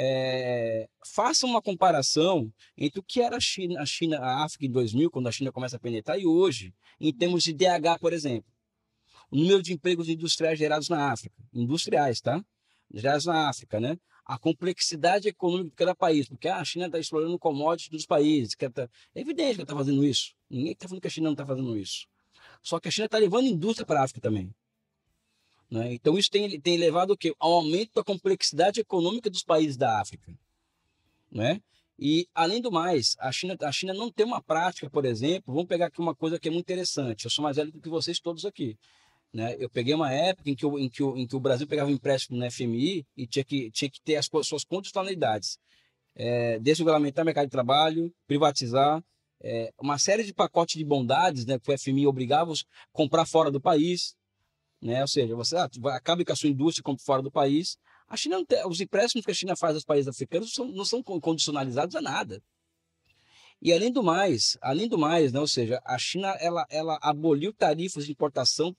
Faça uma comparação entre o que era a África em 2000, quando a China começa a penetrar, e hoje, em termos de DH, por exemplo. O número de empregos industriais gerados na África, industriais, tá? Gerados na África, né? A complexidade econômica de cada país, porque a China está explorando commodities dos países. É evidente que ela está fazendo isso. Ninguém está falando que a China não está fazendo isso. Só que a China está levando indústria para a África também. Né? Então, isso tem levado o quê? Ao aumento da complexidade econômica dos países da África. Né? E, além do mais, a China não tem uma prática, por exemplo, vamos pegar aqui uma coisa que é muito interessante. Eu sou mais velho do que vocês todos aqui. Né? Eu peguei uma época em que o Brasil pegava um empréstimo no FMI e tinha que ter as suas condicionalidades. Desregulamentar o mercado de trabalho, privatizar, uma série de pacotes de bondades, né, que o FMI obrigava a comprar fora do país. Né? Ou seja, você acaba com a sua indústria e compra fora do país. A China os empréstimos que a China faz aos países africanos não são condicionalizados a nada. E além do mais, né, ou seja, a China ela aboliu tarifas de importação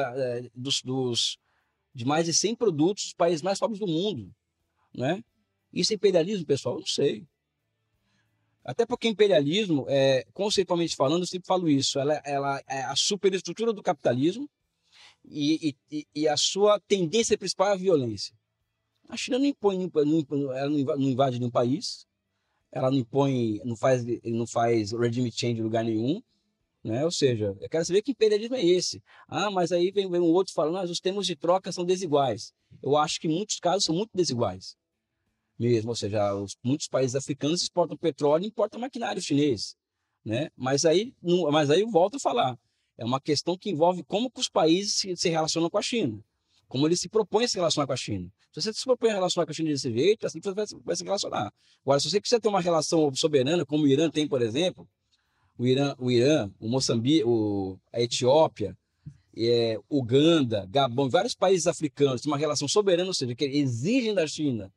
de mais de 100 produtos dos países mais pobres do mundo. Né? Isso é imperialismo, pessoal? Eu não sei. Até porque imperialismo, conceitualmente falando, eu sempre falo isso, ela é a superestrutura do capitalismo e a sua tendência principal é a violência. A China ela não invade nenhum país, ela não faz regime change em lugar nenhum, né? Ou seja, eu quero saber que imperialismo é esse. Mas aí vem um outro falando, os termos de troca são desiguais. Eu acho que em muitos casos são muito desiguais mesmo, ou seja, muitos países africanos exportam petróleo e importam maquinário chinês, né? Mas aí eu volto a falar, é uma questão que envolve como que os países se relacionam com a China, como eles se propõem a se relacionar com a China. Se você se propõe a relacionar com a China desse jeito, assim você vai se relacionar. Agora, se você quiser ter uma relação soberana, como o Irã tem, por exemplo, o Irã, o Moçambique, a Etiópia, Uganda, Gabão, vários países africanos têm uma relação soberana, ou seja, que exigem da China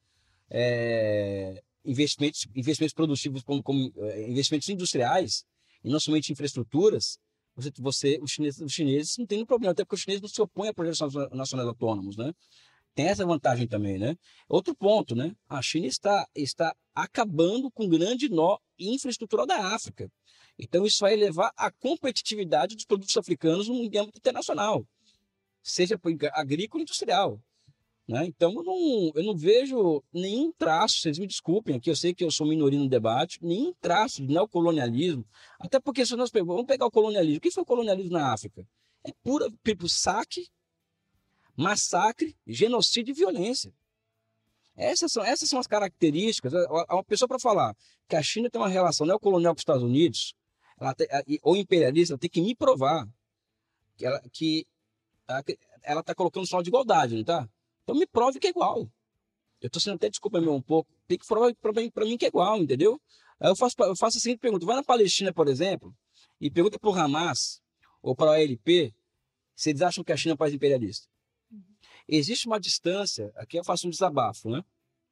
investimentos produtivos como investimentos industriais e não somente infraestruturas. Os chineses não têm problema, até porque os chineses não se opõem a projetos nacionais autônomos, né? Tem essa vantagem também, né? Outro ponto, né? A China está acabando com um grande nó infraestrutural da África. Então, isso vai levar à competitividade dos produtos africanos no âmbito internacional, seja agrícola e industrial. Né? Então, eu não vejo nenhum traço, vocês me desculpem, aqui eu sei que eu sou minoria no debate, nenhum traço de neocolonialismo, até porque se nós vamos pegar o colonialismo, o que foi o colonialismo na África? É pura saque, massacre, genocídio e violência. Essas são as características. Uma pessoa para falar que a China tem uma relação neocolonial com os Estados Unidos, ou imperialista, ela tem que me provar que ela está colocando sinal de igualdade, não tá? Então me prove que é igual. Eu estou sendo até, desculpa um pouco, tem que provar para mim que é igual, entendeu? Aí eu faço a seguinte pergunta: vai na Palestina, por exemplo, e pergunta para o Hamas ou para a OLP se eles acham que a China é um país imperialista. Existe uma distância, aqui eu faço um desabafo, né?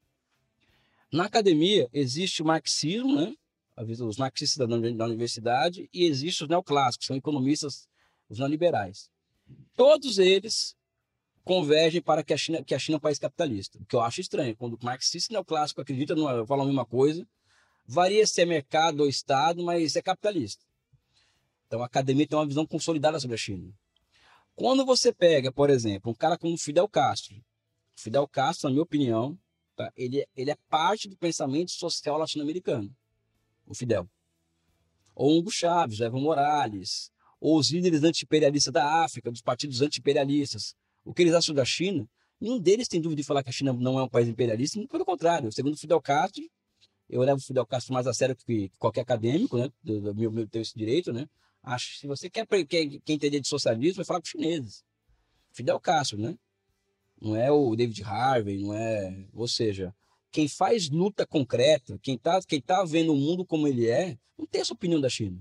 Na academia existe o marxismo, né? Os marxistas da universidade, e existe os neoclássicos, são economistas, os neoliberais. Todos eles convergem para que a China é um país capitalista, o que eu acho estranho, quando o marxista e neoclássico acreditam, falam a mesma coisa, varia se é mercado ou Estado, mas é capitalista. Então a academia tem uma visão consolidada sobre a China. Quando você pega, por exemplo, um cara como Fidel Castro, na minha opinião, tá? ele é parte do pensamento social latino-americano, o Fidel. Ou Hugo Chávez, Evo Morales, ou os líderes anti-imperialistas da África, dos partidos anti-imperialistas. O que eles acham da China, nenhum deles tem dúvida de falar que a China não é um país imperialista, muito pelo contrário. Segundo Fidel Castro, eu levo o Fidel Castro mais a sério que qualquer acadêmico, né? Eu tenho esse direito, né? Acho que se você quer entender de socialismo, vai falar com os chineses. Fidel Castro, né? Não é o David Harvey, não é... Ou seja, quem faz luta concreta, quem tá vendo o mundo como ele é, não tem essa opinião da China.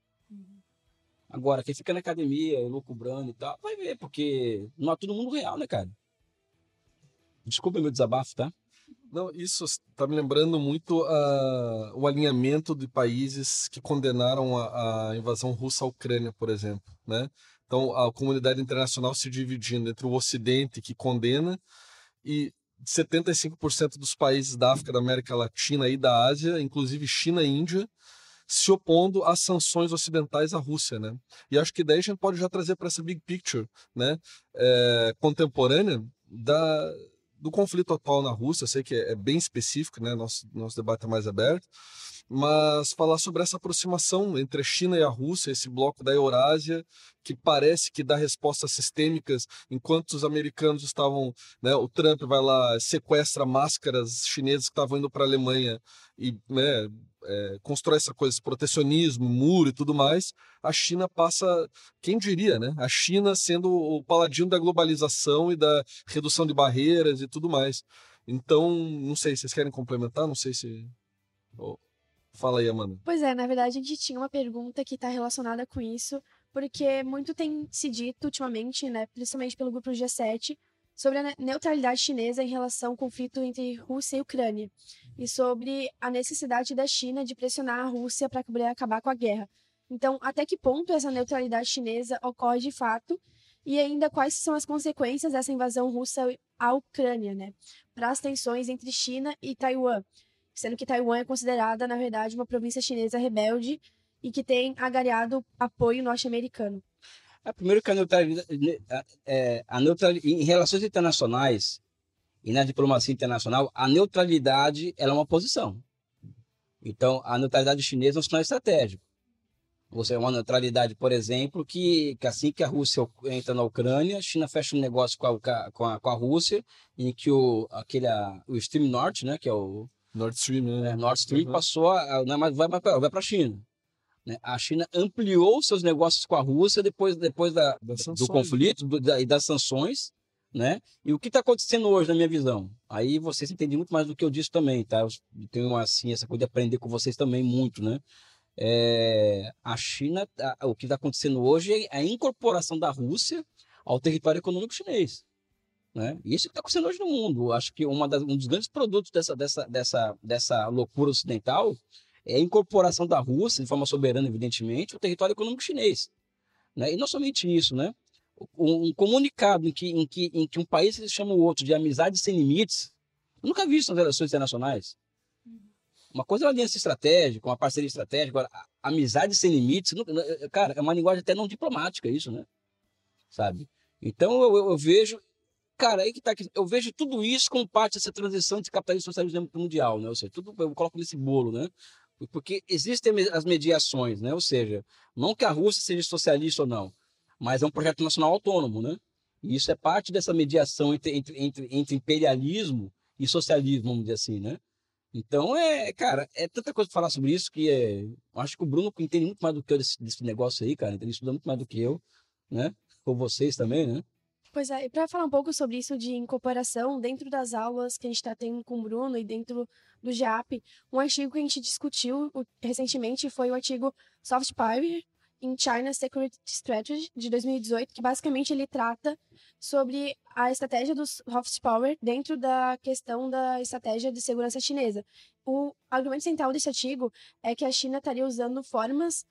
Agora, quem fica na academia, loucubrando e tal, vai ver, porque não é todo mundo real, né, cara? Desculpa meu desabafo, tá? Não, isso está me lembrando muito o alinhamento de países que condenaram a invasão russa à Ucrânia, por exemplo, né? Então, a comunidade internacional se dividindo entre o Ocidente, que condena, e 75% dos países da África, da América Latina e da Ásia, inclusive China e Índia, se opondo às sanções ocidentais à Rússia, né? E acho que daí a gente pode já trazer para essa big picture, né? Contemporânea do conflito atual na Rússia. Eu sei que é bem específico, né? Nosso debate é mais aberto, mas falar sobre essa aproximação entre a China e a Rússia, esse bloco da Eurásia, que parece que dá respostas sistêmicas, enquanto os americanos estavam, né, o Trump vai lá, sequestra máscaras chinesas que estavam indo para a Alemanha e, né, constrói essa coisa, esse protecionismo, muro e tudo mais. A China passa, quem diria, né? A China sendo o paladino da globalização e da redução de barreiras e tudo mais. Então, não sei, vocês querem complementar? Não sei se... Fala aí, Amanda. Pois é, na verdade a gente tinha uma pergunta que está relacionada com isso, porque muito tem se dito ultimamente, né, principalmente pelo grupo G7, sobre a neutralidade chinesa em relação ao conflito entre Rússia e Ucrânia, e sobre a necessidade da China de pressionar a Rússia para poder acabar com a guerra. Então, até que ponto essa neutralidade chinesa ocorre de fato, e ainda quais são as consequências dessa invasão russa à Ucrânia, né, para as tensões entre China e Taiwan, sendo que Taiwan é considerada, na verdade, uma província chinesa rebelde e que tem angariado apoio norte-americano. Primeiro que a neutralidade em relações internacionais e na diplomacia internacional, a neutralidade ela é uma posição. Então, a neutralidade chinesa é um sinal estratégico. Você é uma neutralidade, por exemplo, que assim que a Rússia entra na Ucrânia, a China fecha um negócio com a Rússia, em que o Stream Norte, né, que é o Nord Stream, né? Nord Stream passou vai para a China. Né? A China ampliou seus negócios com a Rússia depois do conflito e das sanções, né? E o que está acontecendo hoje, na minha visão? Aí vocês entendem muito mais do que eu disse também, tá? Eu tenho assim, essa coisa de aprender com vocês também muito, né? A China, o que está acontecendo hoje é a incorporação da Rússia ao território econômico chinês. Né? Isso que está acontecendo hoje no mundo. Acho que um dos grandes produtos dessa loucura ocidental é a incorporação da Rússia, de forma soberana, evidentemente, ao território econômico chinês. Né? E não somente isso, né? Um comunicado em que um país chama o outro de amizade sem limites, eu nunca vi isso nas relações internacionais. Uma coisa é uma aliança estratégica, uma parceria estratégica, agora, amizade sem limites, cara, é uma linguagem até não diplomática isso, né? Sabe? Então eu vejo, cara, aí que tá aqui, eu vejo tudo isso como parte dessa transição de capitalismo e socialismo mundial, né? Ou seja, tudo eu coloco nesse bolo, né? Porque existem as mediações, né? Ou seja, não que a Rússia seja socialista ou não, mas é um projeto nacional autônomo, né? E isso é parte dessa mediação entre imperialismo e socialismo, vamos dizer assim, né? Então, cara, é tanta coisa para falar sobre isso que eu acho que o Bruno entende muito mais do que eu desse negócio aí, cara. Ele estuda muito mais do que eu, né? Com vocês também, né? Pois é, e para falar um pouco sobre isso de incorporação, dentro das aulas que a gente está tendo com o Bruno e dentro do GEAP, um artigo que a gente discutiu recentemente foi o artigo Soft Power in China's Security Strategy, de 2018, que basicamente ele trata sobre a estratégia do soft power dentro da questão da estratégia de segurança chinesa. O argumento central desse artigo é que a China estaria usando formas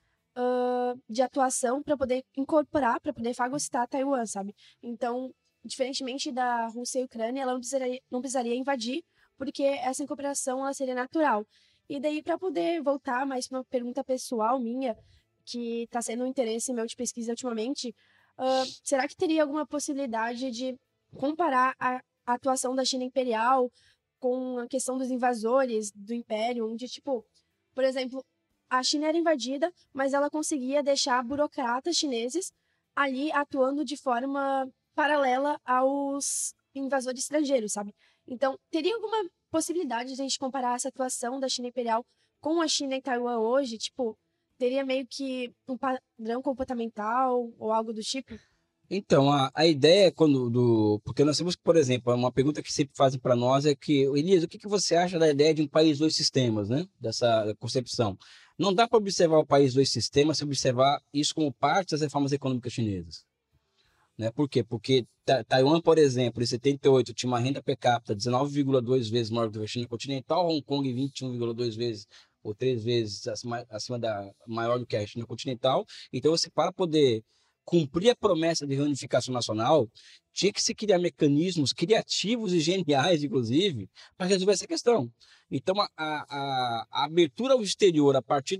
de atuação para poder incorporar, para poder fagocitar Taiwan, sabe? Então, diferentemente da Rússia e Ucrânia, ela não precisaria invadir, porque essa incorporação ela seria natural. E daí, para poder voltar mais para uma pergunta pessoal minha, que está sendo um interesse meu de pesquisa ultimamente, será que teria alguma possibilidade de comparar a atuação da China imperial com a questão dos invasores do Império, onde, tipo, por exemplo, a China era invadida, mas ela conseguia deixar burocratas chineses ali atuando de forma paralela aos invasores estrangeiros, sabe? Então, teria alguma possibilidade de a gente comparar essa atuação da China imperial com a China e Taiwan hoje? Tipo, teria meio que um padrão comportamental ou algo do tipo? Então, a ideia é porque nós temos que, por exemplo, uma pergunta que sempre fazem para nós é que, Elias, o que você acha da ideia de um país, dois sistemas, né? Dessa concepção. Não dá para observar o país, dois sistemas se observar isso como parte das reformas econômicas chinesas. Né? Por quê? Porque Taiwan, por exemplo, em 78 tinha uma renda per capita 19,2 vezes maior do que a China continental, Hong Kong 21,2 vezes ou 3 vezes acima maior do que a China continental. Então, você, para poder cumprir a promessa de reunificação nacional, tinha que se criar mecanismos criativos e geniais, inclusive, para resolver essa questão. Então, a abertura ao exterior, a partir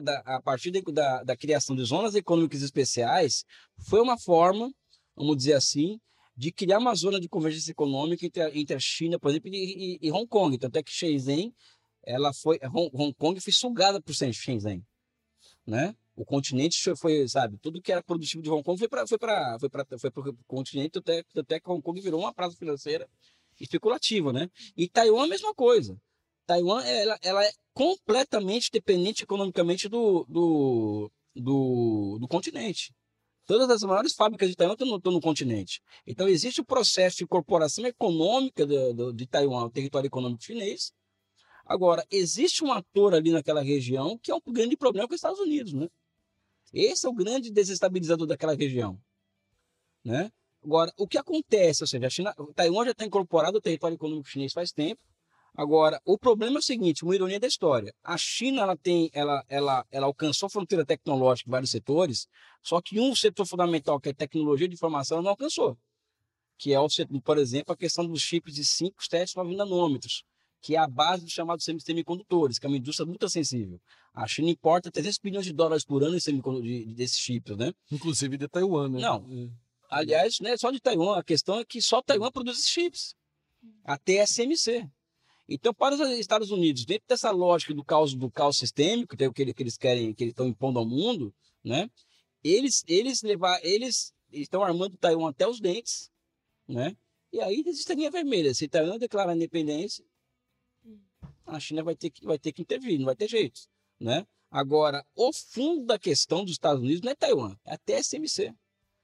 da criação de zonas econômicas especiais, foi uma forma, vamos dizer assim, de criar uma zona de convergência econômica entre a China, por exemplo, e Hong Kong. Tanto é que Shenzhen, Hong Kong foi sugada por Shenzhen, né? O continente foi, sabe, tudo que era produtivo de Hong Kong foi para o continente, até que Hong Kong virou uma praça financeira especulativa, né? E Taiwan a mesma coisa. Taiwan, ela é completamente dependente economicamente do continente. Todas as maiores fábricas de Taiwan estão no continente. Então, existe o processo de incorporação econômica de Taiwan ao território econômico chinês. Agora, existe um ator ali naquela região que é um grande problema com os Estados Unidos, né? Esse é o grande desestabilizador daquela região, né? Agora, o que acontece? Ou seja, Taiwan já está incorporado ao território econômico chinês faz tempo. Agora, o problema é o seguinte, uma ironia da história. A China ela alcançou a fronteira tecnológica em vários setores, só que um setor fundamental, que é a tecnologia de informação, ela não alcançou. Que é, por exemplo, a questão dos chips de 5, 7, 9 nanômetros, que é a base dos chamados semicondutores, que é uma indústria muito sensível. A China importa 300 bilhões de dólares por ano desses chips, né? Inclusive de Taiwan, né? Não. Aliás, não é só de Taiwan. A questão é que só Taiwan produz esses chips. A TSMC. Então, para os Estados Unidos, dentro dessa lógica do caos sistêmico, que eles querem, que eles estão impondo ao mundo, né? Eles estão armando Taiwan até os dentes, né? E aí existe a linha vermelha. Se Taiwan declarar a independência, a China vai ter que intervir, não vai ter jeito, né? Agora, o fundo da questão dos Estados Unidos não é Taiwan, é a TSMC.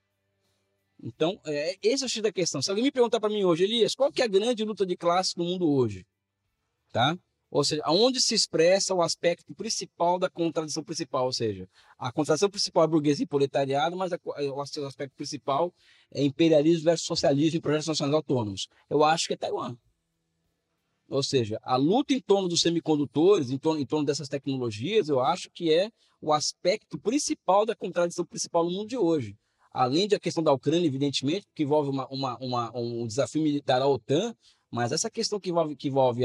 Então, esse é o X da questão. Se alguém me perguntar para mim hoje, Elias, qual que é a grande luta de classe no mundo hoje? Tá? Ou seja, aonde se expressa o aspecto principal da contradição principal, ou seja, a contradição principal é burguesia e proletariado, mas o aspecto principal é imperialismo versus socialismo e projetos nacionais autônomos. Eu acho que é Taiwan. Ou seja, a luta em torno dos semicondutores, em torno dessas tecnologias, eu acho que é o aspecto principal da contradição principal no mundo de hoje. Além da questão da Ucrânia, evidentemente, que envolve um desafio militar à OTAN, mas essa questão que envolve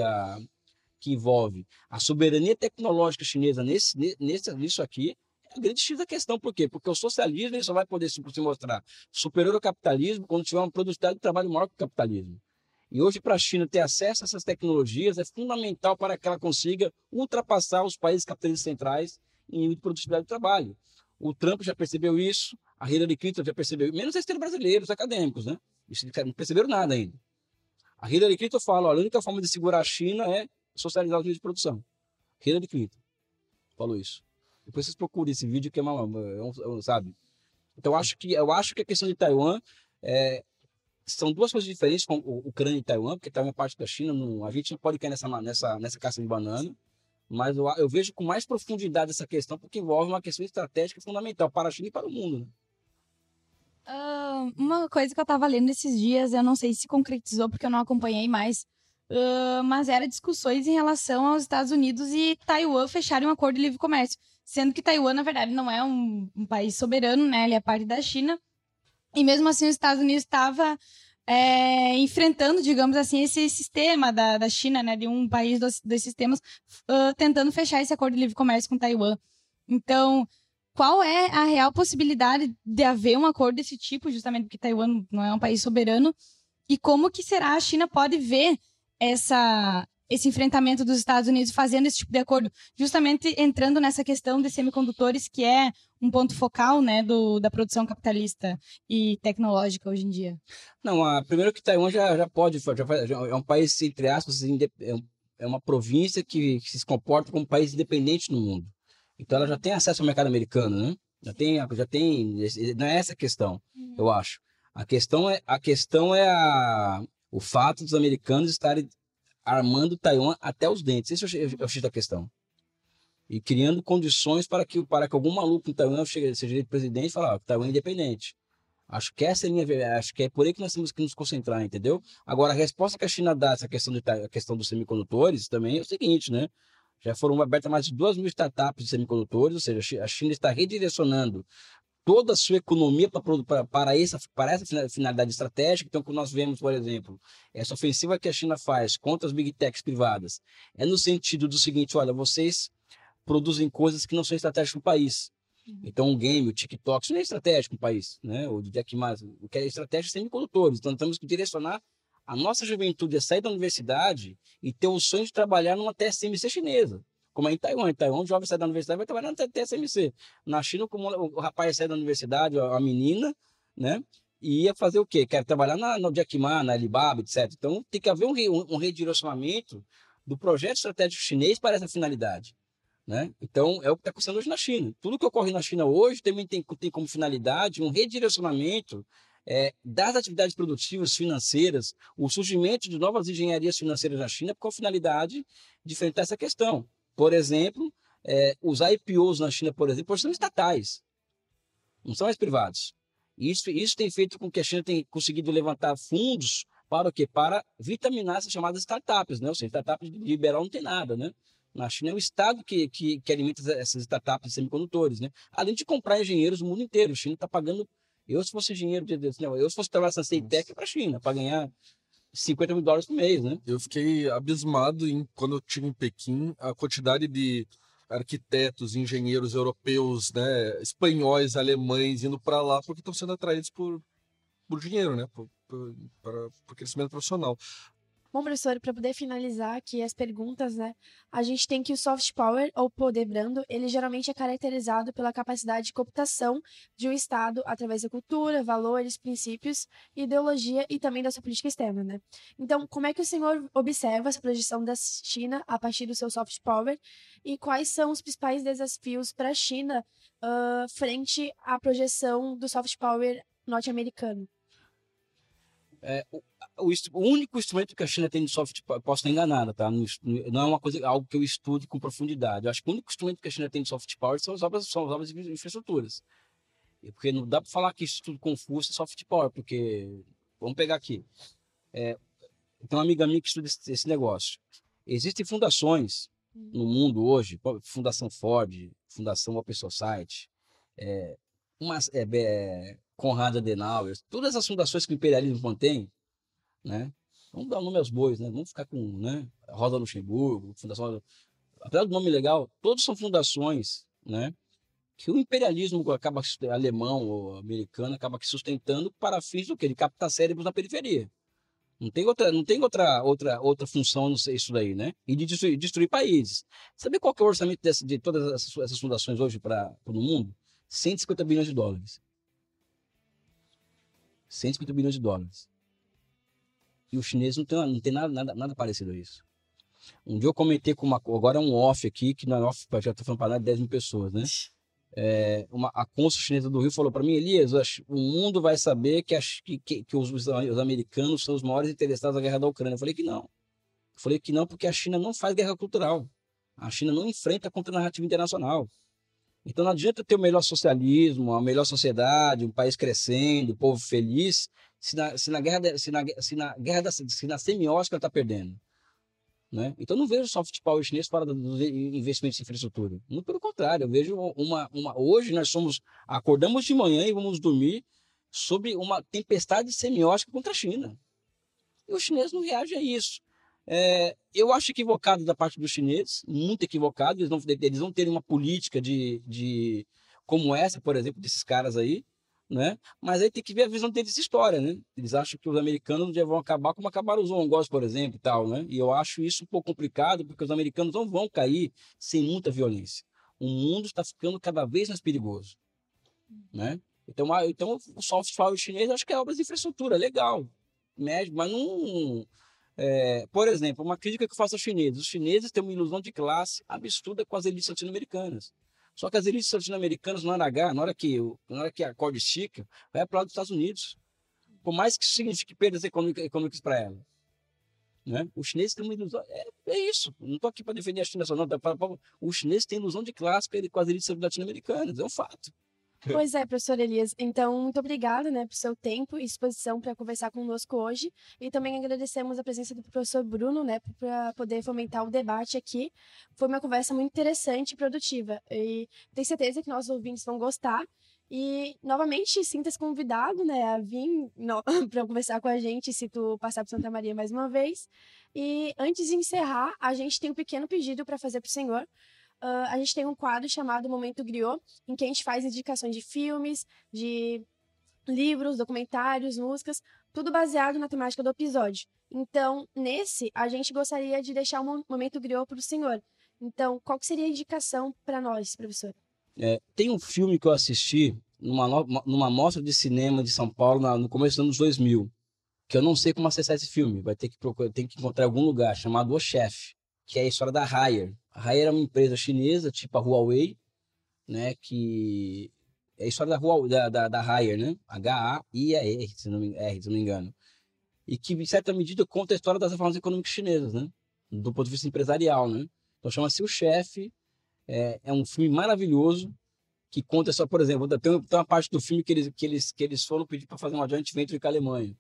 a soberania tecnológica chinesa nisso aqui é a grande X da questão. Por quê? Porque o socialismo ele só vai poder se mostrar superior ao capitalismo quando tiver uma produtividade de trabalho maior que o capitalismo. E hoje, para a China ter acesso a essas tecnologias é fundamental para que ela consiga ultrapassar os países capitalistas centrais em nível de produtividade de trabalho. O Trump já percebeu isso, a Hillary Clinton já percebeu, menos os brasileiros, os acadêmicos, né? Isso não perceberam nada ainda. A Hillary Clinton fala, olha, a única forma de segurar a China é socializar os meios de produção. Hillary Clinton falou isso. Depois vocês procurem esse vídeo que sabe? Então eu acho que a questão de Taiwan são duas coisas diferentes, com Ucrânia e Taiwan, porque Taiwan é parte da China, a gente não pode cair nessa caça de banana, mas eu vejo com mais profundidade essa questão, porque envolve uma questão estratégica fundamental para a China e para o mundo, né? Uma coisa que eu tava lendo esses dias, eu não sei se concretizou porque eu não acompanhei mais, mas era discussões em relação aos Estados Unidos e Taiwan fecharem um acordo de livre comércio, sendo que Taiwan, na verdade, não é um país soberano, né? Ele é parte da China, e mesmo assim os Estados Unidos estava enfrentando, digamos assim, esse sistema da China, né? De um país dos sistemas, tentando fechar esse acordo de livre comércio com Taiwan. Então, qual é a real possibilidade de haver um acordo desse tipo, justamente porque Taiwan não é um país soberano, e como que será a China pode ver esse enfrentamento dos Estados Unidos fazendo esse tipo de acordo, justamente entrando nessa questão de semicondutores, que é um ponto focal, né, da produção capitalista e tecnológica hoje em dia? Não, primeiro que Taiwan já pode, já é um país, entre aspas, é uma província que se comporta como um país independente no mundo. Então ela já tem acesso ao mercado americano, né? Já tem, não é essa a questão, eu acho. A questão é o fato dos americanos estarem armando Taiwan até os dentes. Esse é o X da questão. E criando condições para que algum maluco em Taiwan seja eleito presidente e falar, Taiwan é independente. Acho que essa é a linha, acho que é por aí que nós temos que nos concentrar, entendeu? Agora, a resposta que a China dá a essa questão dos semicondutores também é o seguinte, né? Já foram abertas mais de 2.000 startups de semicondutores, ou seja, a China está redirecionando toda a sua economia para essa finalidade estratégica. Então, quando nós vemos, por exemplo, essa ofensiva que a China faz contra as big techs privadas, é no sentido do seguinte, olha, vocês produzem coisas que não são estratégicas para o país. Então, o game, o TikTok, isso não é estratégico para o país, né? O Jack Ma, o que é estratégico são semicondutores. Então, temos que direcionar a nossa juventude a sair da universidade e ter o sonho de trabalhar numa TSMC chinesa. Como é em Taiwan. Em Taiwan, o jovem sai da universidade e vai trabalhar na TSMC. Na China, como o rapaz sai da universidade, a menina, né? E ia fazer o quê? Quer trabalhar no Jack Ma, na Alibaba, etc. Então, tem que haver um redirecionamento do projeto estratégico chinês para essa finalidade, né? Então, é o que está acontecendo hoje na China. Tudo que ocorre na China hoje também tem como finalidade um redirecionamento das atividades produtivas financeiras, o surgimento de novas engenharias financeiras na China com a finalidade de enfrentar essa questão. Por exemplo, os IPOs na China, por exemplo, são estatais, não são mais privados. Isso tem feito com que a China tenha conseguido levantar fundos para o quê? Para vitaminar essas chamadas startups, né? Ou seja, startups de liberal não tem nada, né? Na China é o Estado que alimenta essas startups de semicondutores, né? Além de comprar engenheiros do mundo inteiro. A China está pagando... se fosse engenheiro, se fosse trabalhar na Ceitec para a China, para ganhar $50 mil por mês, né? Eu fiquei abismado quando eu estive em Pequim, a quantidade de arquitetos, engenheiros europeus, né, espanhóis, alemães indo para lá porque estão sendo atraídos por dinheiro, né, por crescimento profissional. Bom, professor, para poder finalizar aqui as perguntas, né, a gente tem que o soft power, ou poder brando, ele geralmente é caracterizado pela capacidade de cooptação de um Estado através da cultura, valores, princípios, ideologia e também da sua política externa, né? Então, como é que o senhor observa essa projeção da China a partir do seu soft power e quais são os principais desafios para a China frente à projeção do soft power norte-americano? O único instrumento que a China tem de soft power, posso estar enganado, tá? Não é uma coisa, algo que eu estude com profundidade. Eu acho que o único instrumento que a China tem de soft power são as obras de infraestruturas. Porque não dá para falar que isso tudo confuso é soft power, porque, vamos pegar aqui, tem uma amiga minha que estuda esse negócio. Existem fundações no mundo hoje, Fundação Ford, Fundação Open Society, Konrad Adenauer, todas as fundações que o imperialismo mantém, né? Vamos dar o nome aos bois, né? Vamos ficar com, né? Rosa Luxemburgo, Fundação... Apesar do nome legal, todos são fundações, né? Que o imperialismo alemão ou americano acaba sustentando para fins do quê? De captar cérebros na periferia. Não tem outra função isso daí, né? E de destruir países. Sabe qual que é o orçamento de todas essas fundações hoje no mundo? $150 bilhões. $150 bilhões. E os chineses não tem nada parecido a isso. Um dia eu comentei com agora é um off aqui, que não é off, já estou falando para 10 mil pessoas, né? A cônsul chinesa do Rio falou para mim, Elias, o mundo vai saber que os americanos são os maiores interessados na guerra da Ucrânia. Eu falei que não. Eu falei que não, porque a China não faz guerra cultural. A China não enfrenta contra a narrativa internacional. Então não adianta ter o melhor socialismo, a melhor sociedade, um país crescendo, o povo feliz, se na semiótica está perdendo. Né? Então não vejo soft power chinês fora dos investimentos em infraestrutura. Muito pelo contrário, eu vejo hoje nós acordamos de manhã e vamos dormir sob uma tempestade semiótica contra a China. E os chineses não reagem a isso. Eu acho equivocado da parte dos chineses, muito equivocado. Eles vão ter uma política de como essa, por exemplo, desses caras aí, né? Mas aí tem que ver a visão deles de história, né? Eles acham que os americanos já vão acabar como acabaram os mongóis, por exemplo, e tal, né? E eu acho isso um pouco complicado, porque os americanos não vão cair sem muita violência. O mundo está ficando cada vez mais perigoso, né? Então o soft power chinês acho que é obras de infraestrutura, legal, médio, mas não... por exemplo, uma crítica que eu faço aos chineses. Os chineses têm uma ilusão de classe absurda com as elites latino-americanas. Só que as elites latino-americanas, na hora que a corda estica, vai para o lado dos Estados Unidos. Por mais que isso signifique perdas econômicas para ela. Né? Os chineses têm uma ilusão. É isso. Não estou aqui para defender a China só, não. Os chineses têm ilusão de classe com as elites latino-americanas. É um fato. Pois é, professor Elias. Então, muito obrigada, né, por seu tempo e disposição para conversar conosco hoje. E também agradecemos a presença do professor Bruno, né, para poder fomentar o debate aqui. Foi uma conversa muito interessante e produtiva. E tenho certeza que nossos ouvintes vão gostar. E, novamente, sinta-se convidado, né, a vir para conversar com a gente, se tu passar por Santa Maria mais uma vez. E, antes de encerrar, a gente tem um pequeno pedido para fazer para o senhor. A gente tem um quadro chamado Momento Griot, em que a gente faz indicações de filmes, de livros, documentários, músicas, tudo baseado na temática do episódio. Então, nesse, a gente gostaria de deixar um Momento Griot para o senhor. Então, qual que seria a indicação para nós, professor? Tem um filme que eu assisti numa mostra de cinema de São Paulo no começo dos anos 2000, que eu não sei como acessar esse filme, vai ter que procurar, tem que encontrar em algum lugar, chamado O Chefe, que é a história da Haier. A Haier é uma empresa chinesa, tipo a Huawei, né, que é a história da Haier, né, H-A-I-E-R, se não me engano, e que, em certa medida, conta a história das reformas econômicas chinesas, né, do ponto de vista empresarial, né. Então, chama-se O Chefe, é um filme maravilhoso, que conta só, por exemplo, tem uma parte do filme que eles foram pedir para fazer uma joint venture com a Alemanha.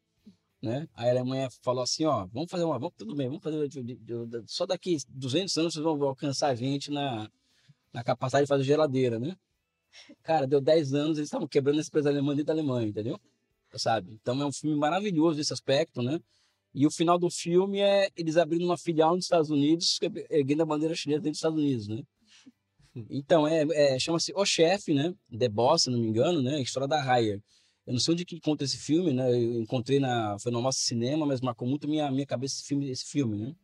Né? A Alemanha falou assim, tudo bem, vamos fazer só daqui 200 anos vocês vão alcançar a gente na capacidade de fazer geladeira, né? Cara, deu 10 anos, eles estavam quebrando essa empresa alemã dentro da Alemanha, entendeu? Sabe? Então é um filme maravilhoso nesse aspecto, né? E o final do filme é eles abrindo uma filial nos Estados Unidos, erguendo a bandeira chinesa dentro dos Estados Unidos, né? Então, chama-se O Chefe, né? The Boss, se não me engano, né? A história da Haier. Eu não sei onde que conta esse filme, né? Eu encontrei foi no nosso cinema, mas marcou muito minha cabeça esse filme, né?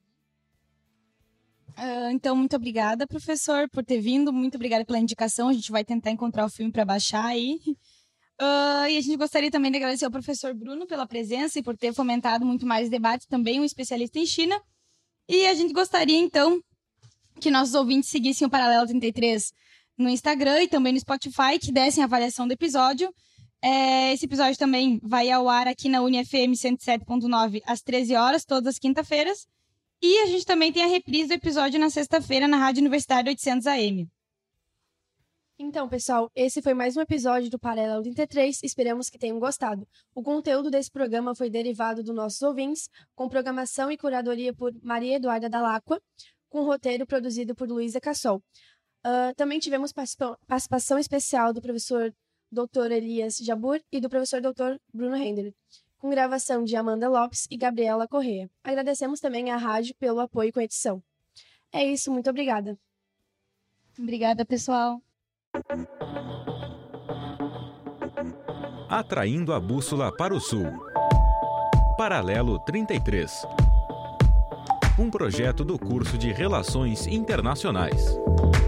Então, muito obrigada, professor, por ter vindo. Muito obrigada pela indicação. A gente vai tentar encontrar o filme para baixar aí. E a gente gostaria também de agradecer ao professor Bruno pela presença e por ter fomentado muito mais debate, também um especialista em China. E a gente gostaria, então, que nossos ouvintes seguissem o Paralelo 33 no Instagram e também no Spotify, que dessem a avaliação do episódio. Esse episódio também vai ao ar aqui na UniFM 107.9 às 13 horas, todas as quinta-feiras. E a gente também tem a reprise do episódio na sexta-feira na Rádio Universidade 800 AM. Então, pessoal, esse foi mais um episódio do Paralelo 33. Esperamos que tenham gostado. O conteúdo desse programa foi derivado dos nossos ouvintes, com programação e curadoria por Maria Eduarda Dalacqua, com roteiro produzido por Luísa Cassol. Também tivemos participação especial do professor Dr. Elias Jabbour e do professor Dr. Bruno Render, com gravação de Amanda Lopes e Gabriela Corrêa. Agradecemos também à rádio pelo apoio com a edição. É isso, muito obrigada. Obrigada, pessoal. Atraindo a bússola para o sul. Paralelo 33. Um projeto do curso de Relações Internacionais.